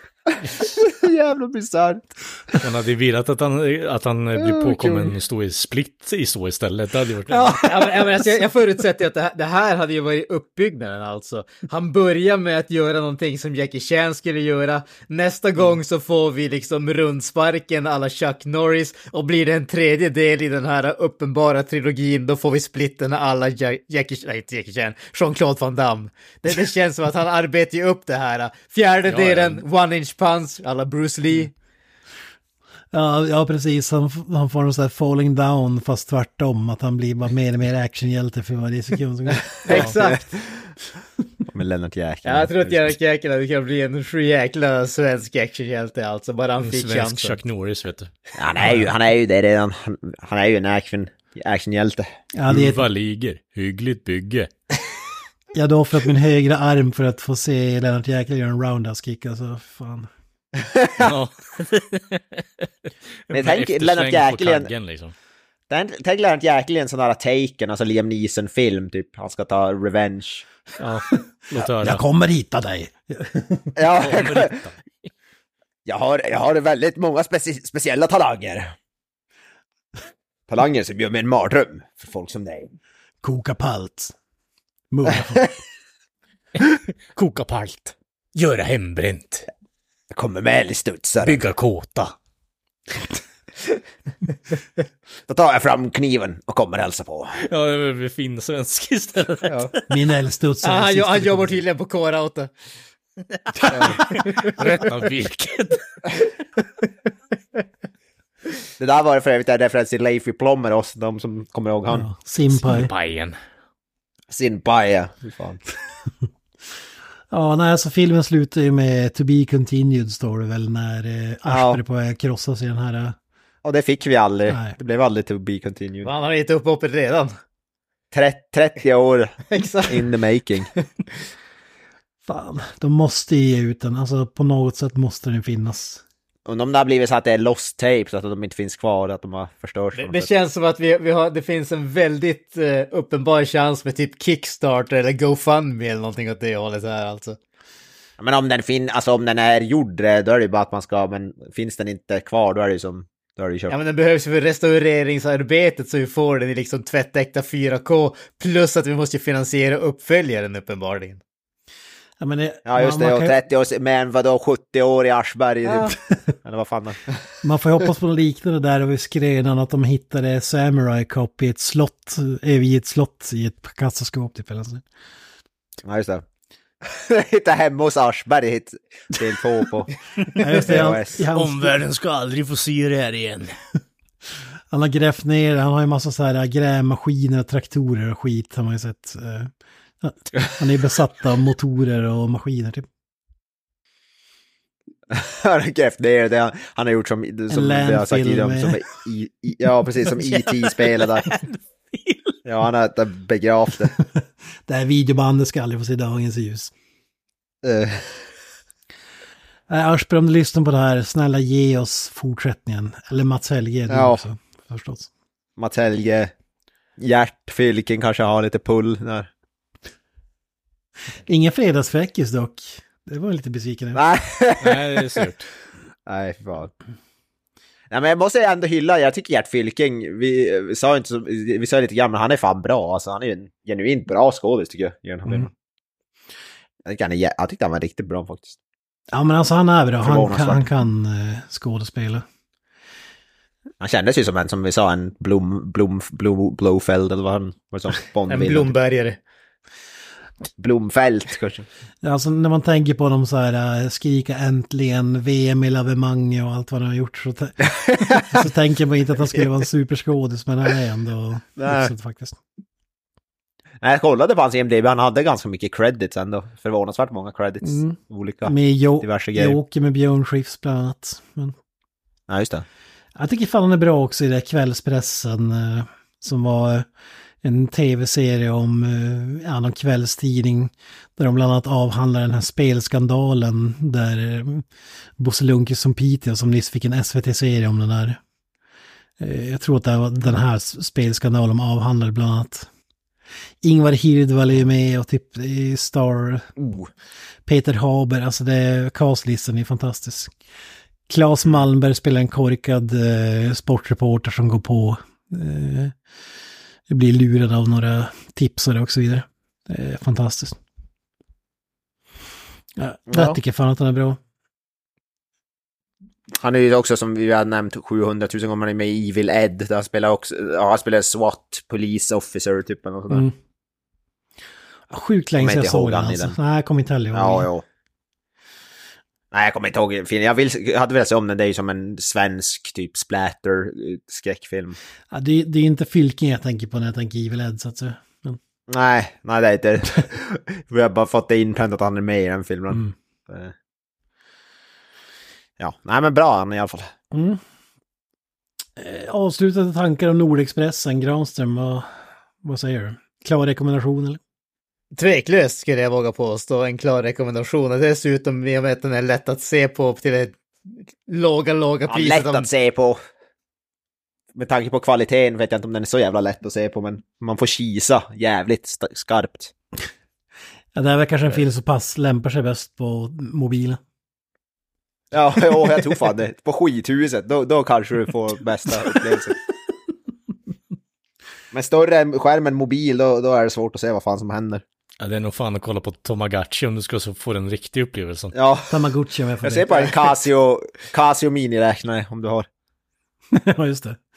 Jävla bisarrt. Man hade velat att han, att han blir påkommen och stå i split i så istället. Det hade varit Ja, men, ja, men alltså, jag, jag förutsätter att det här, det här hade ju varit uppbyggnaden alltså. Han börjar med att göra någonting som Jackie Chan skulle göra. Nästa Mm. gång så får vi liksom rundsparken alla Chuck Norris. Och blir det en tredje del i den här uppenbara trilogin, då får vi splitten alla ja- Jackie, nej, inte Jackie Chan, Jean-Claude Van Damme. Det, det känns som att han arbetar ju upp det här. Fjärde Ja, delen, One Inch Punch, alla Bruce Lee. Ja, ja, precis. Han, han får någon sån här falling down fast tvärtom. Att han blir bara mer och mer actionhjälte för varje sekund som går. Exakt. Med Lennart Jäkel. Ja, jag tror att Lennart Jäkel hade kunnat bli en sju jäkla svensk actionhjälte alltså, bara han en fick svensk chansen. Chuck Norris, vet du. Ja, han är ju, han är ju det redan. Han, han är ju en action, actionhjälte. Ja, det är, Uva Liger, hyggligt bygge. jag hade offrat min högra arm för att få se Lennart Jäkel göra en roundhouse kick. Alltså, fan. Ja. Men tänk Eftersläng Lennart på Jäkel igen. taggen, liksom. Tänk, tänk Lennart Jäkel i en sån här Taken, alltså Liam Neeson-film typ. Han ska ta revenge. Ja, låt höra. Jag kommer hitta dig. Ja, jag, jag, har, jag har väldigt många speci- speciella talanger. Talanger som gör mig en mardröm för folk som dig. Koka palt. Mugga. Koka palt. Göra hembränt. Jag kommer med älgstudsare. Bygga kåta. Då tar jag fram kniven och kommer hälsa på. Ja, det blir fin svensk istället. Ja. Min älgstudsare. Ah, han, sista han jobbar sekund. tydligen på K-Rauta. Rätt av vilket. Det där var för övrigt en referens till Leif i Plommeros, de som kommer ihåg han. Ja, Simpaj. Pajen. Sin paja. Fy fan. Ja, nej, så filmen slutar ju med To Be Continued, står det väl, när eh, Aschberg Ja. på väg krossas i den här... eh, Och det fick vi aldrig. Nej. Det blev aldrig to be continued. Han har gett upp hoppet redan. trettio år Exakt. in the making. Fan, de måste ge ut den. Alltså på något sätt måste den finnas. Och om det har blivit så att det är lost tape, så att de inte finns kvar, att de har förstörts. Det, det känns som att vi, vi har, det finns en väldigt eh, uppenbar chans med typ Kickstarter eller GoFundMe eller någonting åt det hållet här alltså. Men om den, fin- alltså, om den är gjord, då är det ju bara att man ska, men finns den inte kvar, då är det ju som, då är det ju kört. Ja, men den behövs ju för restaureringsarbetet, så vi får den i liksom tvättäkta fyra K, plus att vi måste finansiera uppföljaren uppenbarligen. Ja, men det, Ja, just man, det, man, och kan, trettio år, men vadå, sjuttio år i Aschberg, Ja. typ. Eller vad fan. man får ju hoppas på något liknande där och vi skrev att de hittade Samurai Cop i ett slott, i ett slott i ett kassaskåp typ eller så. Ja, just det. Hitta hemma hos Aschberg, hit del två på. Ja, just det, han, i hans, Omvärlden ska aldrig få se det här igen. han har grävt ner, han har ju massa så här grävmaskiner och traktorer och skit har man ju sett. eh, Han är besatt av motorer och maskiner typ. Han har grävt ner det. Han har gjort som, som vi har sagt landfill tidigare, som med- i, i, ja, precis, som E T-spelare där. Ja, han har begravt det. Det här videobandet ska aldrig få se dagens ljus. Uh, Nej, Aschberg, om du lyssnar på det här, snälla ge oss fortsättningen. Eller Mats Helge, du Ja. också, förstås. Mats Helge, Gert Fylken kanske har lite pull där. Ingen fredagsfräckis dock. Det var lite besviken. Nej, Nej, det är surt. nej, fy fan. Nej, men jag måste ändå hylla, jag tycker Gert Fylking, vi, vi sa inte så, vi sa lite grann, men han är fan bra, alltså han är ju en genuint bra skådis tycker jag. I den här Mm. filmen. Jag tycker han är, jä- jag tyckte han var riktigt bra faktiskt. Ja, men alltså han är bra. Han kan, Förvånansvärt. han kan uh, skådespela. Han kändes ju som en, som vi sa, en Blom, Blom, Blom, Blofeld eller vad han var som En Bondvillain. Blombergare. Blomfält kanske. Alltså när man tänker på dem så här, uh, skrika äntligen, V M i lavemang och allt vad han har gjort, så, t- så tänker man inte att han skulle vara en superskådis, men han är ändå Nej. hyfsad faktiskt. Nej, jag kollade på hans I M D B, han hade ganska mycket credits ändå. Förvånansvärt många credits. Mm. Olika. Med jo- diverse grejer. Joker med Björn Skifs bland annat. Men Ja, just det. jag tycker fan han är bra också i det kvällspressen eh, som var en tv-serie om eh, ja, någon kvällstidning där de bland annat avhandlar den här spelskandalen där eh, Bosse Lundqvist som Piteå som nyss fick en S V T-serie om den där. Eh, jag tror att det var den här spelskandalen avhandlade bland annat. Ingvar Hirdwall är ju med och typ i Star. Oh. Peter Haber, alltså det castlistan är fantastisk. Claes Malmberg spelar en korkad eh, sportreporter som går på eh, blir lurad av några tipsare och så vidare. Det är fantastiskt. Ja, Ja. jag tycker fan att han är bra. Han är ju också, som vi har nämnt sjuhundratusen gånger, med i Evil Ed. Där han spelar också, ja, han spelar SWAT, police officer typ. Och sådär. Mm. Sjukt länge Kommer sedan jag inte såg ihåg den han i alltså. den. Nej, jag kommer inte heller ihåg. Ja, ja. Nej, jag kommer inte ihåg filmen. Jag, vill, jag hade velat se om den, det är ju som en svensk typ splatter skräckfilm. Ja, det, det är inte Fylking jag tänker på när jag tänker Evil Ed så att säga. Men, Nej, nej det är inte. Vi har bara fått det inpräntat att han är med i den filmen. mm. Eh. Ja, nej men bra han i alla fall. Mm. Eh, avslutade tankar om Nordexpressen, Granström, vad, vad säger du? Klar rekommendation eller? Tveklöst skulle jag våga påstå, en klar rekommendation. Och dessutom, i och med att den är lätt att se på till ett låga, låga Ja, priset. lätt om- att se på. Med tanke på kvaliteten vet jag inte om den är så jävla lätt att se på, men man får kisa jävligt st- skarpt. Ja, det här är kanske en film som pass lämpar sig bäst på mobilen. Ja, ja, jag tror fan det. På skithuset, då, då kanske du får bästa upplevelsen. Men större skärmen mobil, då, då är det svårt att se vad fan som händer. Ja, det är nog fan att kolla på Tamagotchi om du ska så få en riktig upplevelse. Ja, Tamagotchi med för jag ser bara en Casio, Casio miniräknare om du har. Ja, just det.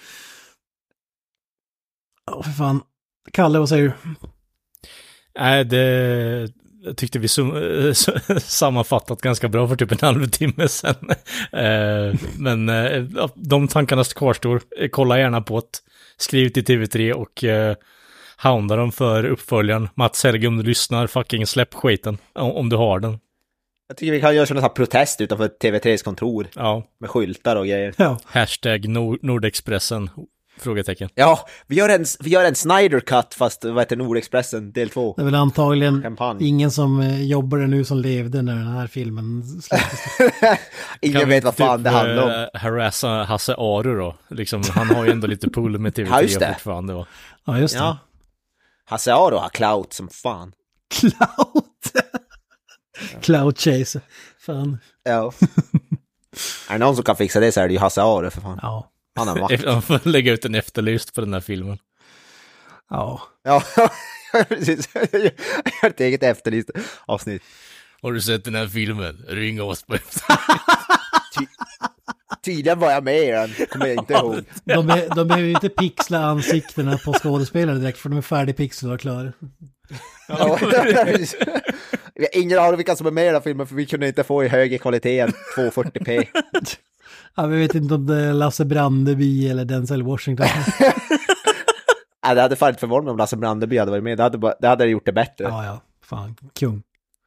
Åh, för fan. Kalle, vad säger du? Nej, det jag tyckte vi sum- sammanfattat ganska bra för typ en halv timme sedan. eh, men eh, de tankarna kvarstår. Kolla gärna på det. Skriv till T V tre och eh, hounda dem för uppföljaren. Mats Helge, om du lyssnar, fucking släpp skiten. Om, om du har den. Jag tycker vi kan göra sådana här protest utanför T V tres kontor. Ja. Med skyltar och grejer. Ja. Hashtag Nord- Nordexpressen. Frågetecken. Ja, vi gör en, vi gör en Snyder Cut fast vad heter Nordexpressen del två. Det är väl antagligen Kampanj. ingen som eh, jobbar där nu som levde när den här filmen släpptes. Ingen Kan vet vad fan typ, det handlar om. eh, harassa Hasse Aro då. Liksom, han har ju ändå lite pull med T V tre Ja, just det. fortfarande. Va? Ja, just det. Ja. Hasse Aro har clout som fan. Cloud. Cloud Chase. Fan. Ja. Är det någon som kan fixa det så är det ju Hasse Aro för fan. Ja. Han har makt. Han får lägga ut en efterlyst på den här filmen. Ja. Ja, precis. Jag har ett eget efterlyst avsnitt. Har du sett den här filmen? Ring oss på Ty- tydligen var jag med i den, kommer jag inte ihåg. De, är, de behöver ju inte pixla ansiktena på skådespelare direkt för de är färdigpixlade och klara. Ja, vi har ingen aning vilka som är med i den här filmen för vi kunde inte få i högre kvalitet än tvåhundrafyrtio p. Ja, vi vet inte om det är Lasse Brandeby eller Denzel Washington. Nej, det hade fan inte förvånat mig om Lasse Brandeby hade varit med. Det hade, bara, det hade gjort det bättre. Ja, ja. Fan, kung.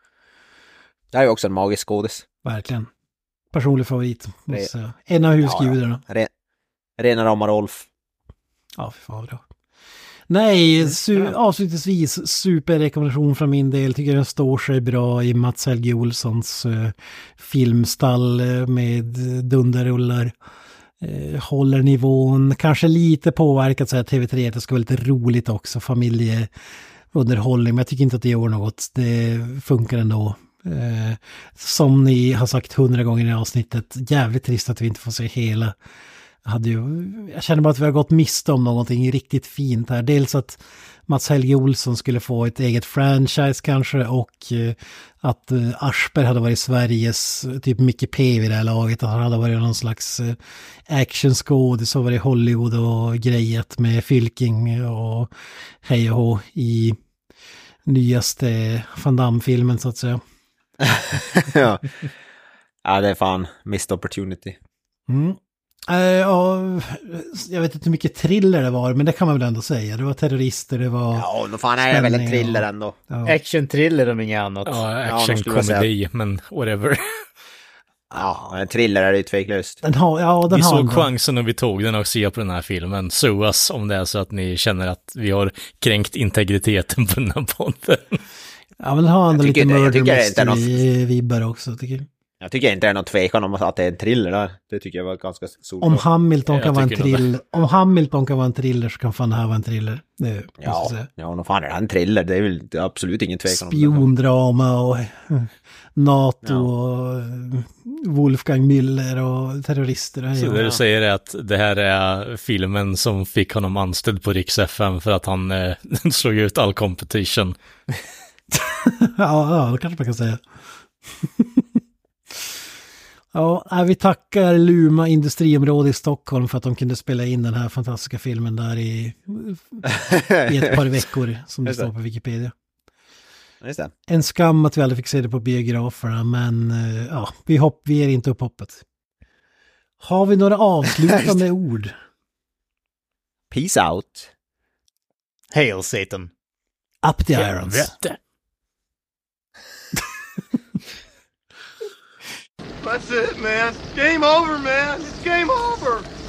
Det här är ju också en magisk skådis. Verkligen. Personlig favorit. Måste Det- säga. En av husgudarna. Ja, ja. Re, rena rama Rolf. Ja, för fan bra. Nej, su- avslutningsvis superrekommendation från min del. Tycker den står sig bra i Mats Helge Olssons uh, filmstall uh, med dunderrullar. Uh, håller nivån. Kanske lite påverkat så här T V tre. Det ska vara lite roligt också. Familjeunderhållning. Men jag tycker inte att det gör något. Det funkar ändå. Uh, som ni har sagt hundra gånger i avsnittet. Jävligt trist att vi inte får se hela. Hade ju, jag känner bara att vi har gått miste om någonting riktigt fint här. Dels att Mats Helge Olsson skulle få ett eget franchise kanske och eh, att eh, Aschberg hade varit Sveriges eh, typ Micke P vid det här laget. Att han hade varit någon slags eh, actionskådis så var det Hollywood och grejat med Fylking och hej och hå i nyaste Van Damme-filmen så att säga. Ja. Ja, det är fan missed opportunity. Mm. Uh, ja, jag vet inte hur mycket thriller det var, men det kan man väl ändå säga. Det var terrorister, det var... Ja, då fan är det väl en thriller och... ändå. Ja. Action-thriller om inget annat. Ja, Ja, action-komedi, men whatever. Ja, en thriller är det ju tveklöst. Den har, ja, den Vi har såg ändå. chansen och vi tog den och se på den här filmen. Suas om det är så att ni känner att vi har kränkt integriteten på den här podden. Ja, men den har ändå Jag lite tycker det- jag murder tycker det är inte mystery-vibbar också, tycker jag. Jag tycker inte det är någon tvekan om att det är en thriller där. Det tycker jag var ganska solklart. Om Hamilton Jag kan vara en tycker nog thriller, om Hamilton kan vara en thriller så kan fan det här vara en thriller. Det måste jag Ja, säga. ja, nog fan är det en thriller. Det är väl det är absolut ingen tvekan om det. Spiondrama och eh, NATO Ja. och eh, Wolfgang Müller och terrorister. Och Så ja. det du säger är att det här är filmen som fick honom anställd på Riks F M för att han eh, slog ut all competition. ja, ja, det kanske man kan säga. Ja, nej, vi tackar Luma industriområde i Stockholm för att de kunde spela in den här fantastiska filmen där i, i ett par veckor som det Just det. står på Wikipedia. Just det. En skam att vi aldrig fick se det på biograferna, men eh, ja, vi, hopp, vi ger inte upp hoppet. Har vi några avslutande ord? Peace out. Hail Satan. Up the irons. Helvete. That's it, man. Game over, man. It's game over.